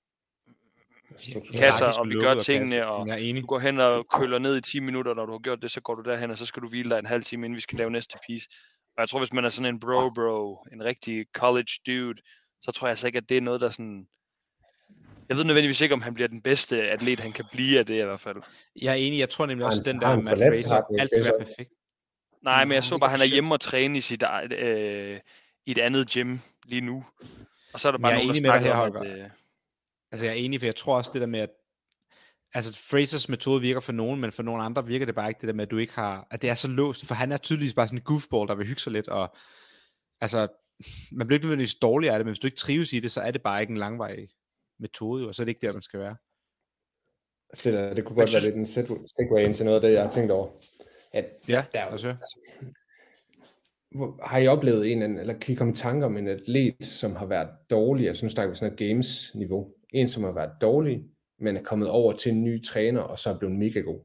kasser, og vi gør tingene, og jeg er enig. du går hen og køler ned i ti minutter, når du har gjort det, så går du derhen, og så skal du hvile dig en halv time, inden vi skal lave næste piece. Og jeg tror, hvis man er sådan en bro-bro, en rigtig college dude, så tror jeg altså ikke, at det er noget, der sådan... Jeg ved nødvendigvis ikke, om han bliver den bedste atlet, han kan blive af det i hvert fald. Jeg er enig, jeg tror nemlig Har også, han- den har der han Matt forladt Fraser, Hard Work alt skal Pays være Off? perfekt. Nej, men jeg Nej, så ikke bare, at han er officielt. hjemme og træne i, sit, eget, øh, i et andet gym lige nu. Og så er der Men bare jeg er nogen, der enig med dig snakker her, om, at... Holger. Øh, Altså jeg er enig, for jeg tror også det der med, at altså Frasers metode virker for nogen, men for nogle andre virker det bare ikke det der med, at du ikke har, at det er så låst, for han er tydeligvis bare sådan en goofball, der vil hygge sig lidt, og altså, man bliver ikke nødvendigvis dårlig af det, men hvis du ikke trives i det, så er det bare ikke en langvarig metode, og så er det ikke der, man skal være. Det, der, det kunne godt være lidt en segway ind til noget af det, jeg har tænkt over. At Ja, der, er jo- altså. altså, hvor, har I oplevet en, anden- eller kan I komme i tanke om en atlet, som har været dårlig, altså nu snakker vi sådan noget games-niveau, en, som har været dårlig, men er kommet over til en ny træner, og så er blevet mega god?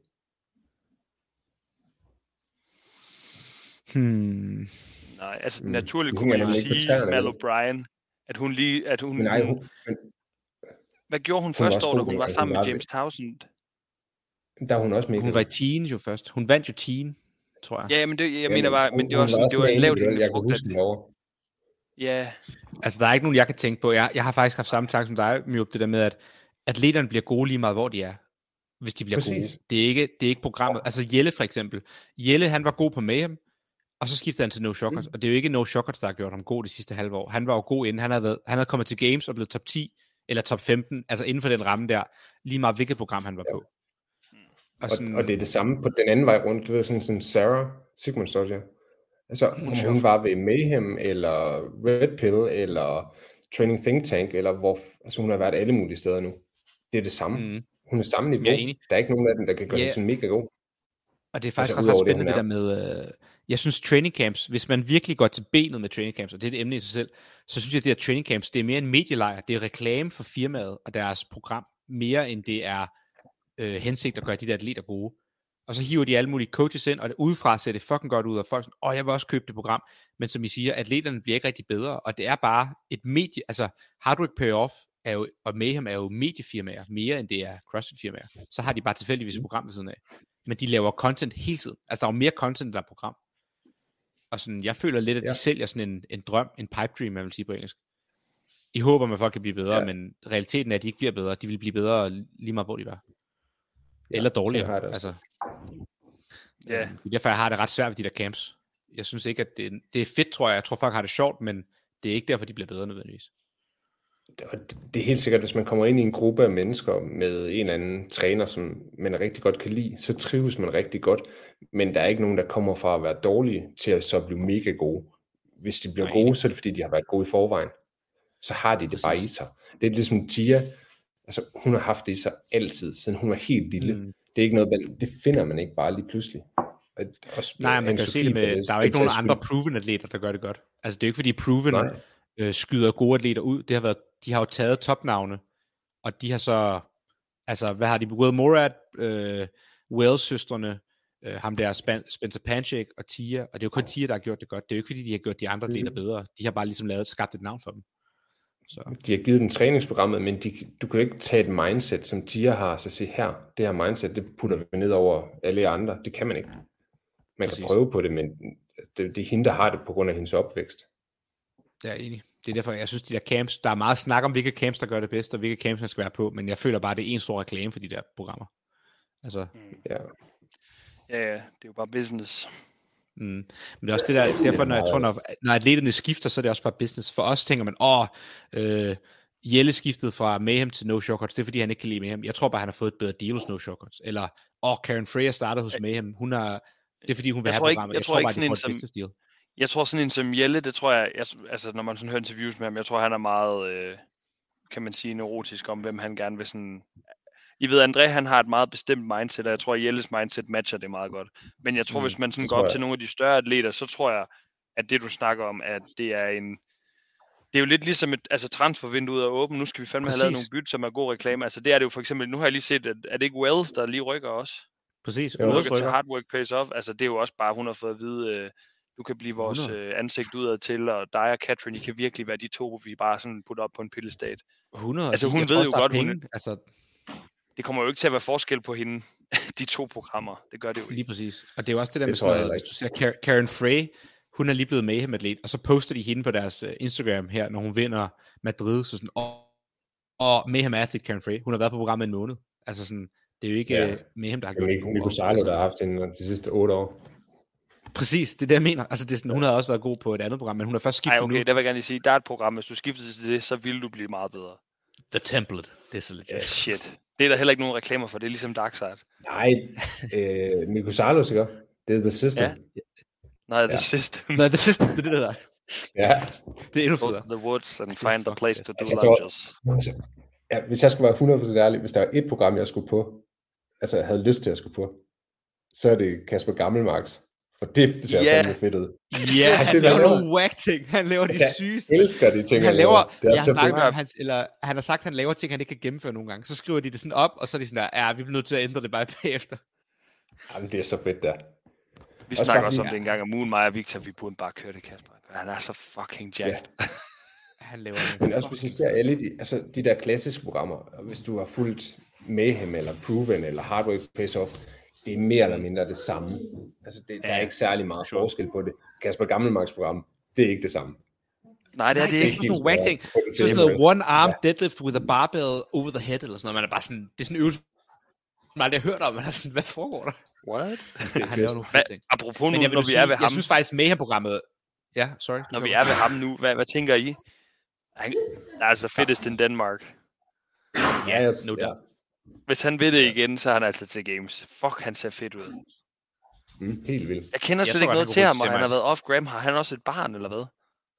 Hmm. nej, altså Mm, naturligt det kunne man hænger jo nemlig ikke på sige, tæerne, Mal vel? O'Brien, at hun lige... At hun, Men ej, hun, hun, men, hvad gjorde hun hun var første også år, da god hun var dengang, sammen hun med var James Townsend? der er hun også mega Hun var i teen jo først. Hun vandt jo teen, tror jeg. Ja, men det, jeg Jamen, mener bare, hun- men det var hun sådan, også det var med en lavt individuelt. hængende Jeg kan frugt, huske at, den over. ja, Altså, der er ikke nogen, jeg kan tænke på. Jeg, jeg har faktisk haft samme tanke som dig, Mjøb, det der med, at atleterne bliver gode lige meget, hvor de er. hvis de bliver Præcis. gode. Det er, ikke, det er ikke programmet. Altså Jelle for eksempel. Jelle, han var god på Mayhem, og så skiftede han til No Shockers. Mm. Og det er jo ikke No Shockers, der har gjort ham god de sidste halve år. Han var jo god inden. Han havde, været, han havde kommet til Games og blevet top ti, eller top femten, altså inden for den ramme der, lige meget hvilket program han var ja. på. Og, sådan, og, og det er det samme på den anden vej rundt. Du ved, sådan, sådan Sarah Sigmundsdóttir. Altså, om hun var ved Mayhem, eller Red Pill, eller Training Think Tank, eller hvor, altså hun har været alle mulige steder nu. Det er det samme. Mm. Hun er samme niveau. Er der er ikke nogen af dem, der kan gøre yeah. det sådan mega god. Og det er faktisk altså, ret spændende det, det der med, øh, jeg synes training camps, hvis man virkelig går til benet med training camps, og det er et emne i sig selv, så synes jeg, at det her training camps, det er mere en medielejr, det er reklame for firmaet og deres program, mere end det er øh, hensigt at gøre de der atleter gode. Og så hiver de alle mulige coaches ind, og det udefra ser det fucking godt ud, og folk sådan, åh, jeg vil også købe det program. Men som I siger, atleterne bliver ikke rigtig bedre, og det er bare et medie, altså Hardwork Payoff er jo, og Mayhem er jo mediefirmaer, mere end det er CrossFit-firmaer. Så har de bare tilfældigvis et program ved siden af. Men de laver content hele tiden. Altså der er jo mere content, end der er program. Og sådan, jeg føler lidt, at de ja. sælger sådan en, en drøm, en pipe dream, man vil sige på engelsk. I håber, at folk kan blive bedre, ja. men realiteten er, at de ikke bliver bedre. De vil blive bedre lige meget, hvor de var. Eller ja, dårligere. Altså. Ja. Det er derfor, jeg har det ret svært ved de der camps. Jeg synes ikke, at det, det er fedt, tror jeg. Jeg tror, folk har det sjovt, men det er ikke derfor, de bliver bedre nødvendigvis. Det er helt sikkert, hvis man kommer ind i en gruppe af mennesker med en eller anden træner, som man rigtig godt kan lide, så trives man rigtig godt. Men der er ikke nogen, der kommer fra at være dårlige til at så blive mega gode. Hvis de bliver Nej, gode, så er det fordi, de har været gode i forvejen. Så har de det Præcis. bare i sig. Det er ligesom Tia. Altså, hun har haft det i sig altid, siden hun var helt lille. Mm. Det er ikke noget, man, det finder man ikke bare lige pludselig. Også, Nej, man kan se det med, der er jo ikke nogen andre proven atleter, der gør det godt. Altså, det er jo ikke fordi proven øh, skyder gode atleter ud. Det har været, de har jo taget topnavne, og de har så, altså, hvad har de? Will Morad, øh, Wells-søstrene, øh, ham der Spen- Spencer Panchik og Tia, og det er jo kun Tia, der har gjort det godt. Det er jo ikke fordi, de har gjort de andre atleter mm. bedre. De har bare ligesom lavet, skabt et navn for dem. Så. De har givet dem træningsprogrammet, men de, du kan jo ikke tage et mindset, som Tia har, så sige her, det her mindset, det putter vi ned over alle andre. Det kan man ikke. Man Præcis. kan prøve på det, men det, det er hende, der har det på grund af hendes opvækst. Jeg er enig. Det er derfor, jeg synes, de der camps, der er meget snak om, hvilke camps, der gør det bedst, og hvilke camps, man skal være på, men jeg føler bare, det er en stor reklame for de der programmer. Altså. Mm. Ja. Ja, ja, det er jo bare business. Mm. Men det er også det der, derfor når jeg tror, når, når atleterne skifter, så er det også bare business. For os tænker man, åh, øh, Jelle skiftede fra Mayhem til No Shortcuts, det er fordi han ikke kan lide Mayhem. Jeg tror bare, han har fået et bedre deal hos No Shortcuts. Eller, åh, Karen Freya startede hos Mayhem, hun har, det er fordi hun vil have programmet. Jeg, jeg tror, tror bare, de får et som, business deal. Jeg tror sådan en som Jelle, det tror jeg, jeg altså når man sådan hører interviews med ham, jeg tror han er meget, øh, kan man sige, neurotisk om, hvem han gerne vil sådan. I ved, André, han har et meget bestemt mindset, og jeg tror, at Jelles mindset matcher det meget godt. Men jeg tror, mm, hvis man sådan går op jeg. til nogle af de større atleter, så tror jeg, at det, du snakker om, at det er en. Det er jo lidt ligesom et altså, transfervindue er åbent. Nu skal vi fandme Præcis. have lavet nogle bytte, som er god reklame. Altså, det er det jo for eksempel. Nu har jeg lige set, at er det ikke Wells, der lige rykker også? Præcis. Han rykker til Hard Work Pays Off. Altså, det er jo også bare, hun har fået at vide, øh, du kan blive vores øh, ansigt udad til, og dig og Katrin, I kan virkelig være de to, vi bare sådan putter op på en pillestat. hundrede Altså, hun jeg ved tror, jo godt, penge. hun. Altså. Det kommer jo ikke til at være forskel på hende, de to programmer. Det gør det jo ikke. Lige præcis. Og det er jo også det der det med sådan noget, hvis du ser Karen Frey, hun er lige blevet Mayhem-atlet, og så poster de hende på deres uh, Instagram her, når hun vinder Madrid, så sådan, åh, og Mayhem-athlete Karen Frey, hun har været på programmet en måned. Altså sådan, det er jo ikke ja. uh, Mayhem, der har gjort det. Mikko Salo, der har haft hende de sidste otte år. Præcis, det er det, jeg mener. Altså, det er sådan, hun har også været god på et andet program, men hun har først skiftet Ej, okay, nu. der vil jeg gerne lige sige, der er et program, hvis du skifter til det, så vil du blive meget bedre. The Template, det er så lidt. Yeah, shit. Det er der heller ikke nogen reklamer for, det er ligesom Darkside. Nej, øh, Mikko Salo, ikke? Det er The System. Ja. Nej, The ja. System. Nej, The System, det er det, der er. Ja. Det er endnu federe. The woods and find the place to do altså, lunges. Altså, ja, hvis jeg skulle være hundrede procent ærlig, hvis der var et program, jeg skulle på, altså jeg havde lyst til at skulle på, så er det Kasper Gammelmarks. For det ser yeah. fandme fedt ud. Ja, yeah, han laver nogle whack ting. Han laver de jeg sygeste. Jeg elsker de ting, han laver. Det er jeg har snakket om, han, eller, han har sagt, at han laver ting, han ikke kan gennemføre nogle gange. Så skriver de det sådan op, og så er de sådan der, ja, vi bliver nødt til at ændre det bare bagefter. Jamen, det er så fedt der. Vi også snakker også om det en gang, og Moon, mig og Victor, vi burde bare køre det, Kasper. Han er så fucking jacked. Ja. Han laver Men også hvis I ser alle de, altså, de der klassiske programmer, hvis du har fulgt Mayhem, eller Proven, eller Hard Work Pays Off, det er mere eller mindre det samme. Altså, det, der er ikke særlig meget sure. forskel på det. Kasper Gammelmarks program, det er ikke det samme. Nej, det er Nej, det, det er ikke. Sådan nogle whack ting. Så sådan noget one arm ja. deadlift with a barbell over the head, eller sådan noget. Man er bare sådan, det er sådan en øvelse, man aldrig hørt om, men er sådan, hvad foregår der? What? Ja, han laver nogle Hva, fede ting. apropos nu, Men jeg vil når vi sige, er ved ham, jeg synes faktisk, Mayhem-programmet... Ja, sorry. når vi er ved ham nu, hvad, hvad tænker I? Han er altså fittest in Denmark. Ja, jeg, no ja. doubt. Hvis han vil det igen, så er han altså til games. Fuck, han ser fedt ud. Mm, helt vildt. Jeg kender Jeg slet tror ikke godt, noget han til kunne ham, gå og til han har semis. været off-gram. Har han også et barn, eller hvad?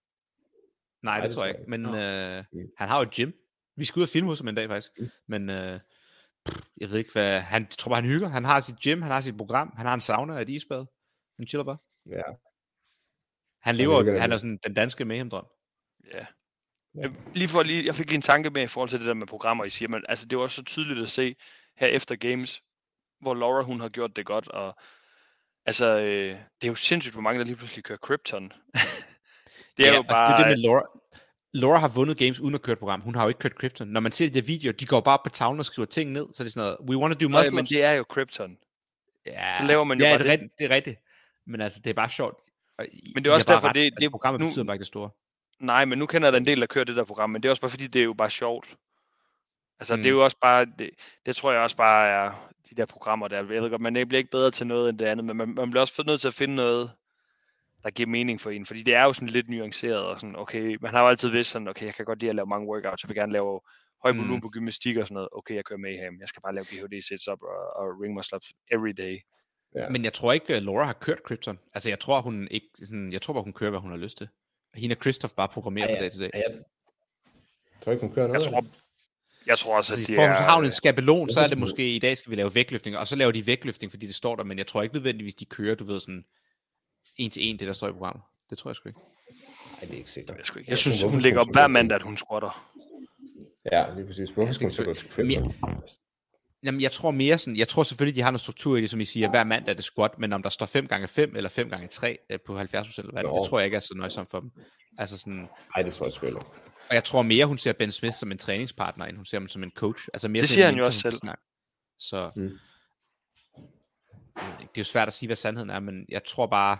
Nej, det, det tror tror jeg jeg ikke. Men Nå. øh, Mm. han har jo et gym. Vi skal ud og filme hos ham en dag, faktisk. Mm. Men øh, pff, jeg ved ikke, hvad... Han jeg tror bare, han hygger. Han har sit gym, han har sit program, han har en sauna og et isbad. Han chiller bare. Ja. Han Så lever, hygger han det. er sådan den danske Mayhem-drøm. Ja. Ja. Jeg, lige for lige, jeg fik lige en tanke med i forhold til det der med programmer, I siger, men altså, det var også så tydeligt at se her efter games, hvor Laura, hun har gjort det godt, og altså, øh, det er jo sindssygt, hvor mange der lige pludselig kører Krypton. det er ja, jo bare... og det er det med Laura. Laura har vundet games uden at køre et program. Hun har jo ikke kørt Krypton. Når man ser de der videoer, de går bare op på tavlen og skriver ting ned, så er det sådan noget, we want to do Nøj, muscle men det er jo Krypton. ja, så laver man jo ja, bare det. Er det. rigtigt, det er rigtigt. Men altså, det er bare sjovt. Og I- Men det er I også har bare derfor, ret. det- altså, det- programmet nu- betyder bare ikke det store. Nej, men nu kender jeg da en del, der kører det der program, men det er også bare fordi, det er jo bare sjovt. Altså, mm. det er Mm. jo også bare, det, det tror jeg også bare er de der programmer der. Jeg ved godt, man bliver ikke bedre til noget end det andet, men man, man bliver også nødt til at finde noget, der giver mening for en, fordi det er jo sådan lidt nuanceret, og sådan, okay, man har jo altid vidst sådan, okay, jeg kan godt lide at lave mange workouts, jeg vil gerne lave høj volumen Mm. på gymnastik og sådan noget, okay, jeg kører Mayhem, jeg skal bare lave G H D sits up og, og ring muscle ups every day. Ja. Men jeg tror ikke, at Laura har kørt Krypton. Altså, jeg tror, hun ikke, sådan, jeg tror bare, hun kører, hvad hun har lyst til. Hende og Christoph bare programmerer Ja, fra ja. dag til dag. Ja, jeg tror ikke, hun kører Jeg noget. tror, jeg tror også, Altså, at de det er... så har hun er... en skabelon, så er det Hvorfor- måske, i dag skal vi lave vægtløftning, og så laver de vægtløftning, fordi det står der, men jeg tror ikke nødvendigvis, de kører, du ved, sådan en til en, det der står i programmet. Det tror jeg sgu ikke. Nej, det er ikke sikkert. Jeg, sgu ikke. Ja, jeg synes, hvorfor hun skulle lægger op hun hver så gå mandag, til- at hun squatter. Ja, lige præcis. Hvorfor Ja, skal hun det så er gå til selvfølgelig- Krypton? Jamen, jeg tror mere sådan, jeg tror selvfølgelig, de har noget struktur i det, som I siger, hver mandag er det squat, men om der står fem gange fem eller fem gange tre på halvfjerds procent, eller hvad, det, Nå. det tror jeg ikke er så nøjsomt for dem. Altså sådan, Nej, det tror jeg sgu heller ikke. og jeg tror mere, hun ser Ben Smith som en træningspartner, end hun ser ham som en coach. Altså mere Det sådan siger en han jo mentor, også hun selv. kan snakke. Så Mm. jeg ved ikke, det er jo svært at sige, hvad sandheden er, men jeg tror bare,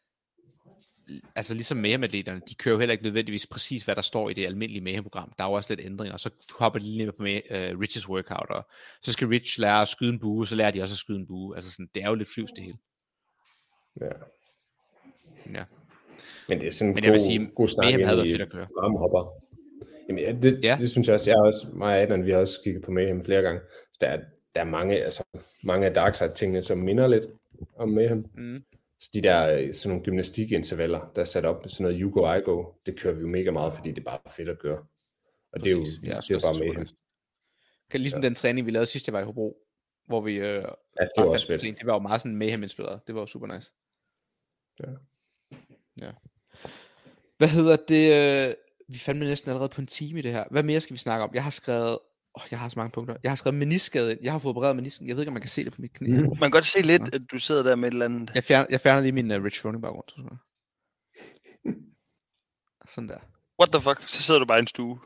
altså ligesom Mayhem-atleterne, de kører jo heller ikke nødvendigvis præcis, hvad der står i det almindelige Mayhem-program. Der er jo også lidt ændringer, og så hopper de lige ned på med, uh, Riches workout, og så skal Rich lære at skyde en bue, og så lærer de også at skyde en bue. Altså sådan, det er jo lidt flyvs det hele. Ja. Ja. Men det er sådan en Men god, jeg vil sige, god snak Mayhem ind havde været i fedt at køre. varmehopper. Jamen, ja, det, Ja. ja. det synes jeg også. Jeg har også, mig og Adrian, vi har også kigget på Mayhem flere gange. Så der er, der er mange, altså, mange af Darkside-tingene, som minder lidt om Mayhem. Mm. Så de der øh, sådan nogle gymnastikintervaller, der er sat op med sådan noget you go, I go, det kører vi jo mega meget, fordi det er bare fedt at gøre. Og det er jo, Præcis. Ja, det er jo bare Mayhem. Kan ligesom ja. den træning, vi lavede sidst, jeg var i Hobro, hvor vi øh, Ja, det bare var fandt også fedt. protein. Det var jo meget sådan Mayhem-inspireret. Det var jo super nice. Ja. Ja. Hvad hedder det? Øh, vi fandt næsten allerede på en time i det her. Hvad mere skal vi snakke om? Jeg har skrevet, åh, jeg har så mange punkter. Jeg har skrevet meniskskade ind. Jeg har fået opereret menisken. Jeg ved ikke, om man kan se det på mit knæ. Mm. Man kan godt se lidt, at du sidder der med et eller andet. Jeg fjerner, jeg fjerner lige min uh, Rich Froning baggrund. Sådan. sådan der. What the fuck? Så sidder du bare i en stue.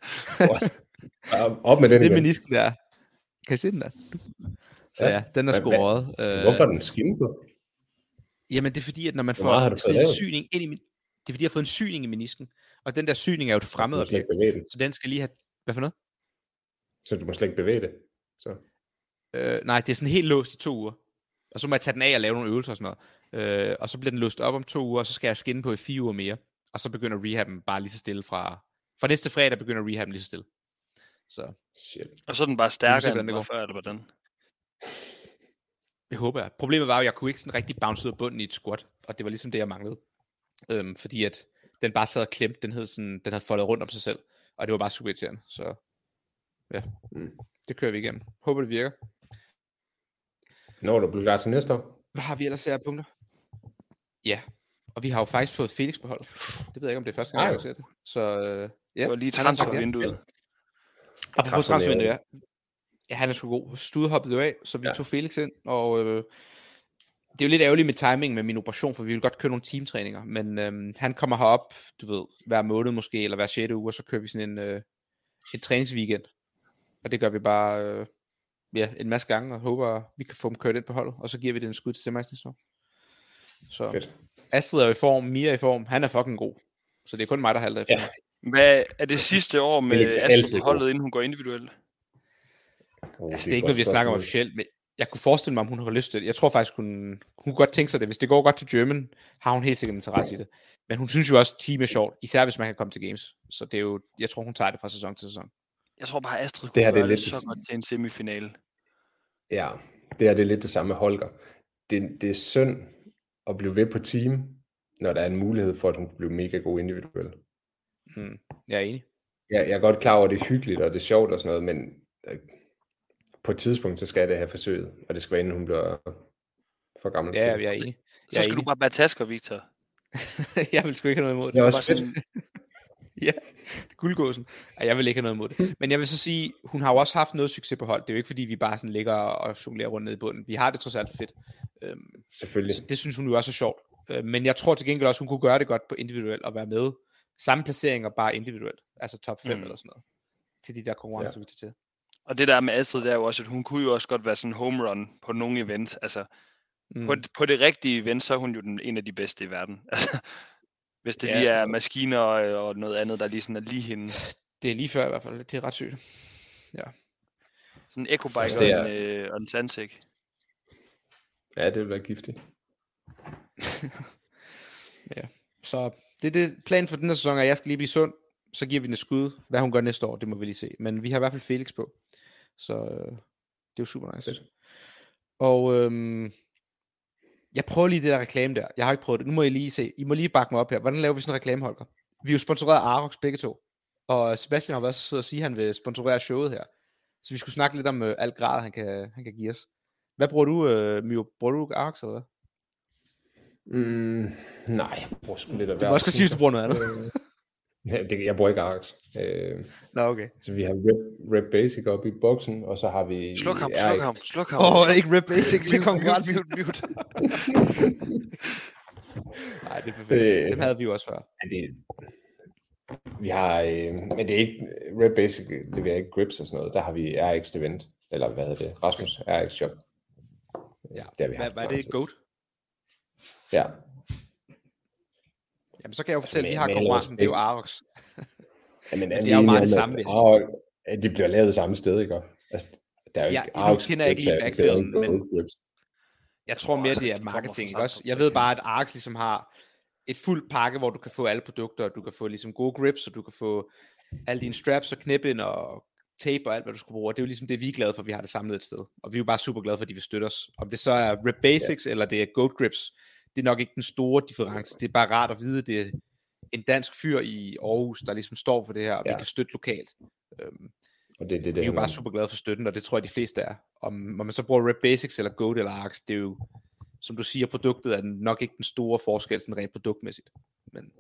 Op- Op med Så den det er igen. menisken der. Kan I se den der? Så ja, Ja. den er Hvad- sgu hvad- røget. Øh, Hvorfor er den skinnet på? Jamen det er fordi, at når man Hvor meget har du får fået sådan en lavet? syning ind i min... Det er fordi, jeg har fået en syning i menisken. Og den der syning er jo et fremmed Du må slet objekt. ikke bevæge den. Så den skal lige have... Hvad for noget? Så du må slet ikke bevæge det. Så. Øh, nej, det er sådan helt låst i to uger. Og så må jeg tage den af og lave nogle øvelser og sådan noget. Øh, og så bliver den låst op om to uger, og så skal jeg skinne på i fire uger mere. Og så begynder rehaben bare lige så stille fra... Fra næste fredag begynder rehaben lige så stille. Så Shit. Og så er den bare stærkere, hvordan end den det var går. før, eller hvordan? det håber jeg. Problemet var jo, at jeg kunne ikke sådan rigtig bounce ud af bunden i et squat. Og det var ligesom det, jeg manglede. Øhm, fordi at den bare sad og klemt. Den havde, sådan, den havde foldet rundt om sig selv. Og det var bare super irriterende. Så ja, Mm. det kører vi igennem. Håber det virker. Når du bliver klar til næste år? Hvad har vi ellers af punkter? Ja, og vi har jo faktisk fået Felix på hold. Det ved jeg ikke, om det er første gang, Ej. jeg ser det. Så øh, ja, Det var lige han har sagt ja. transfervinduet. Apropos Kraftedeme, transfervinduet, ja. ja. Ja, han er sgu god. Stud hoppede jo af, så vi ja. Ja. tog Felix ind, og øh, det er jo lidt ærgerligt med timing med min operation, for vi vil godt køre nogle teamtræninger, men øh, han kommer herop, du ved, hver måned måske, eller hver sjette uge, og så kører vi sådan en, øh, en træningsweekend. Og det gør vi bare øh, ja, en masse gange, og håber, vi kan få dem kørt ind på holdet, og så giver vi det en skud til semis næste år. Så Fedt. Astrid er i form, Mia er i form, han er fucking god. Så det er kun mig, der halter efter. Ja. Hvad er det sidste år med Felix er Astrid altid på holdet, inden hun går individuelt? Oh, Altså, det er ikke noget, vi snakker om officielt, men jeg kunne forestille mig, om hun har lyst til det. Jeg tror faktisk, hun, hun kunne godt tænke sig det. Hvis det går godt til German, har hun helt sikkert interesse i det. Men hun synes jo også, at team er sjovt, især hvis man kan komme til games. Så det er jo, jeg tror, hun tager det fra sæson til sæson. Jeg tror bare, Astrid kunne Det her, det er gøre det lidt- så godt til en semifinale. Ja, det er det er lidt det samme med Holger. Det, det er synd at blive ved på team, når der er en mulighed for, at hun kan blive mega god individuelt. Hmm. Jeg er enig. Jeg, jeg er godt klar over, at det er hyggeligt, og det er sjovt og sådan noget, men øh, på et tidspunkt, så skal det have forsøget, og det skal være, inden hun bliver for gammel. Ja, til. jeg er enig. Så Jeg er skal enig. du bare bære tasker, Victor. Jeg vil sgu ikke have noget imod det. Det er Bare også fedt. sådan, Ja, guldgåsen. Ej, jeg vil ikke have noget imod det. Men jeg vil så sige, hun har jo også haft noget succes på hold. Det er jo ikke fordi, vi bare sådan ligger og jonglerer rundt ned i bunden. Vi har det trods alt fedt. Øhm, Selvfølgelig. så det synes hun jo også er sjovt. Øh, men jeg tror til gengæld også, hun kunne gøre det godt på individuelt og være med. Samme placeringer, bare individuelt. Altså top fem Mm. eller sådan noget. Til de der konkurrencer, ja. vi tager til. og det der med Astrid, det er jo også, at hun kunne jo også godt være sådan en home run på nogle events. Altså, Mm. på, på det rigtige event, så er hun jo den, en af de bedste i verden. Altså, hvis det Ja, lige er altså- maskiner og, og noget andet, der lige sådan er lige hende. Det er lige før i hvert fald. Det er ret sygt. Sådan en ecobike Altså, og, det er- en, øh, og en sandsæk. Ja, det vil være giftigt. Så det er det planen for den her sæson, at jeg skal lige blive sund. Så giver vi den et skud. Hvad hun gør næste år, det må vi lige se. Men vi har i hvert fald Felix på. Så øh, det er jo super nice. Fedt. Og øhm, jeg prøver lige det der reklame der. Jeg har ikke prøvet det. Nu må I lige se. I må lige bakke mig op her. Hvordan laver vi sådan en reklame, Holger? Vi er jo sponsoreret af Arox begge to. Og Sebastian har været så sød at sige, at han vil sponsorere showet her. Så vi skulle snakke lidt om øh, alt grad, han kan, han kan give os. Hvad bruger du, øh, Mio? Bruger du Arox eller hvad? Mm, nej, jeg bruger sgu lidt af Du må også godt sige, hvis du bruger noget andet. Øh, ja, det, jeg bruger ikke Arx. Øh, Nå, okay. så vi har Rep, Rep Basic op i boksen, og så har vi... Sluk ham, R X. sluk ham, sluk ham. Åh, oh, ikke Rep Basics til Mute, konkurrent. mute, mute, mute. Nej, det er perfekt. Øh, Dem havde vi jo også før. Ja, det, vi har, øh, men det er ikke, Rep Basic leverer ikke grips og sådan noget. Der har vi R X Event, eller hvad hedder det, Rasmus R X Shop. Ja. Det har vi Hvad, haft hvad er lang det? tid. Goat? Ja, Jamen, så kan jeg jo fortælle, at vi med- har med konkurrencen, det er jo respekt. Arox. men det er jo meget det samme, vil jeg sige. Og de bliver lavet samme sted, ikke? Altså, der er jo Ja, ikke, nu Arx kender jeg ikke lige grips er- backfielden, det er jo men- ikke grips. Jeg tror mere, Altså, det de er kommer marketing, fra ikke også? samme Jeg ved bare, at Arox ligesom har et fuldt pakke, hvor du kan få alle produkter, og du kan få ligesom gode grips, og du kan få alle dine straps og knippen og tape og alt, hvad du skulle bruge. Det er jo ligesom det, vi er glade for, at vi har det samlet et sted. Og vi er jo bare super glade for, at de vil støtte os. Om det så er Rep Basics, ja. eller det er Goat Grips, det er nok ikke den store difference. Det er bare rart at vide, at det er en dansk fyr i Aarhus, der ligesom står for det her, og ja. Ja. vi kan støtte lokalt. Øhm, Og det, det, det, vi er jo handler bare om. super glade for støtten, og det tror jeg, de fleste er. Om, om man så bruger Rep Basics eller Goat eller Arx, det er jo, som du siger, produktet er nok ikke den store forskel, sådan rent produktmæssigt. Men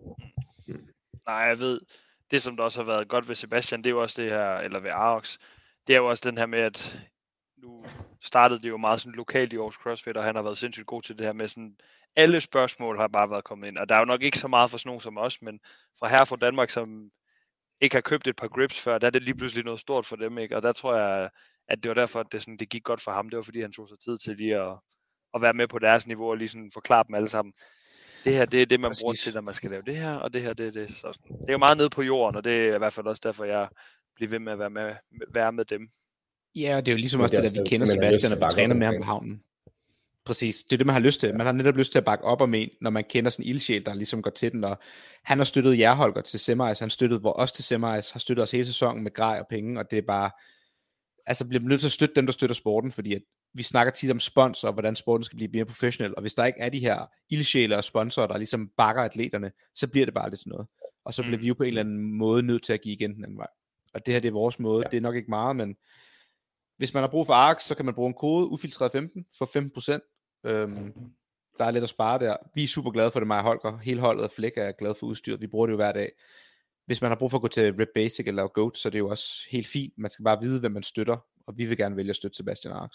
Nej, jeg ved, det som der også har været godt ved Sebastian, det er jo også det her, eller ved Arox, det er jo også den her med, at nu startede det jo meget sådan lokalt i Aarhus CrossFit, og han har været sindssygt god til det her med sådan, alle spørgsmål har bare været kommet ind, og der er jo nok ikke så meget for sådan nogen som os, men fra her fra Danmark, som ikke har købt et par grips før, der er det lige pludselig noget stort for dem, ikke? Og der tror jeg, at det var derfor, at det, sådan, det gik godt for ham, det var fordi han tog sig tid til lige at, at være med på deres niveau, og lige sådan forklare dem alle sammen. Det her, det er det, man Præcis. bruger til, når man skal lave det her, og det her, det er det. Så sådan, det er jo meget nede på jorden, og det er i hvert fald også derfor, jeg bliver ved med at være med, være med dem. ja, og det er jo ligesom Men også det det, er der vi også- kender man har lyst Sebastian, til og at vi bakke træner op med ham omkring. på havnen. Præcis, det er det, man har lyst til. Man har netop lyst til at bakke op om en, når man kender sådan en ildsjæl, der ligesom går til den, og han har støttet jer, Holger, til Semice, han støttede hvor os til Semice, har støttet os hele sæsonen med grej og penge, og det er bare, altså bliver man nødt til at støtte dem, der støtter sporten, fordi at vi snakker tit om sponsor, og hvordan sporten skal blive mere professionel, og hvis der ikke er de her ildsjæle og sponsorer, der ligesom bakker atleterne, så bliver det bare lidt sådan noget. Og så bliver Mm. vi jo på en eller anden måde nødt til at give igen den anden vej. Og det her, det er vores måde, Ja. det er nok ikke meget, men hvis man har brug for Arx, så kan man bruge en kode, ufiltreret femten, for femten procent. Øhm, der er lidt at spare der. Vi er super glade for det, mig og Holger. Hele holdet og Flæk er glade for udstyret. Vi bruger det jo hver dag. Hvis man har brug for at gå til Rep Basic eller Goat, så er det jo også helt fint. Man skal bare vide, hvem man støtter, og vi vil gerne vælge at støtte Sebastian Arx.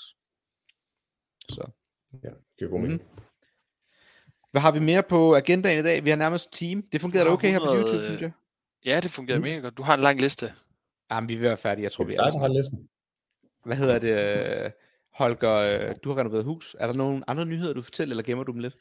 Så. Ja, det giver god mening. Hvad har vi mere på agendaen i dag? Vi har nærmest et team. Det fungerer Du da har okay her på hundrede, YouTube, synes jeg. Ja, det fungerer Mm. mega godt. Du har en lang liste. Jamen, vi er ved at være færdige. Jeg tror, Tror vi vi er. der, der har sådan- listen? Hvad hedder det, øh, Holger? øh, Du har renoveret hus. Er der nogle andre nyheder, du fortæller, eller gemmer du dem lidt?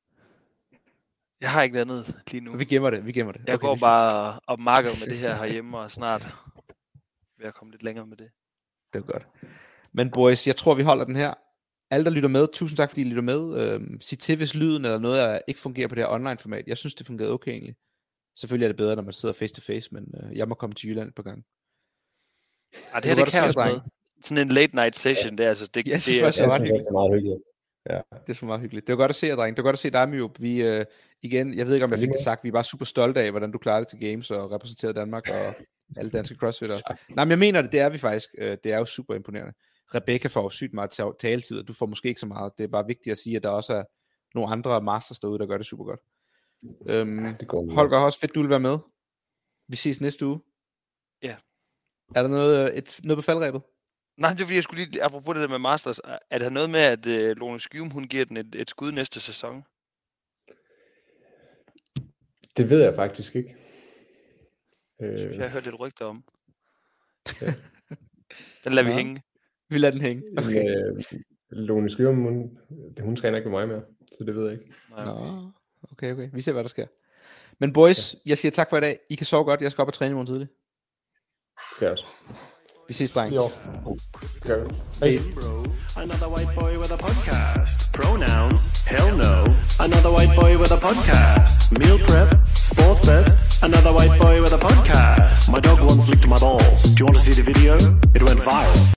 Jeg har ikke andet lige nu. Vi gemmer det, vi gemmer det. Jeg Okay, går det er bare og makker med det her herhjemme, og snart vil jeg komme lidt længere med det. Det er godt. Men boys, jeg tror, vi holder den her. alle, der lytter med, tusind tak, fordi I lytter med. Øhm, sig til, hvis lyden eller noget der ikke fungerer på det her online-format. Jeg synes, det fungerede okay egentlig. Selvfølgelig er det bedre, når man sidder face-to-face, men øh, jeg må komme til Jylland et par gange. Ja, det her, det, det kan også noget. Sådan en late night session, det er altså... Det, jeg synes det er, faktisk, det er meget hyggeligt. Det er meget hyggeligt. Ja. Det er så meget hyggeligt. Det var godt at se jer, dreng. Det var godt at se dig, Myup. Vi, øh, igen, jeg ved ikke, om jeg fik det sagt, vi er bare super stolte af, hvordan du klarede det til Games og repræsenterede Danmark og alle danske crossfitter. Nej, men jeg mener det, det er vi faktisk. Det er jo super imponerende. Rebecca får jo sygt meget taletid, og du får måske ikke så meget. Det er bare vigtigt at sige, at der også er nogle andre masters derude, der gør det super godt. Øhm, ja, det går Holger, også fedt, du vil være med. Vi ses næste uge. Ja. Er der noget, et, noget på faldrebet? Nej, det er fordi, jeg skulle lige, apropos det der med Masters, er der noget med, at uh, Lone Skyum, hun giver den et, et skud næste sæson? Det ved jeg faktisk ikke. Jeg synes, jeg har hørt lidt rygter om. Ja. Den lader ja. vi hænge. Vi lader den hænge. Okay. Øh, Lone Skyum, hun, hun træner ikke med mig mere, så det ved jeg ikke. Nå, okay, okay. Vi ser, hvad der sker. Men boys, ja. jeg siger tak for i dag. I kan sove godt. Jeg skal op og træne i morgen tidlig. Skal jeg også. Vi ses, dreng. Jo. Okay. Hey. Another white boy with a podcast. Pronouns, hell no. Another white boy with a podcast. Meal prep, sports bet. Another white boy with a podcast. My dog once licked my balls. Do you want to see the video? It went viral.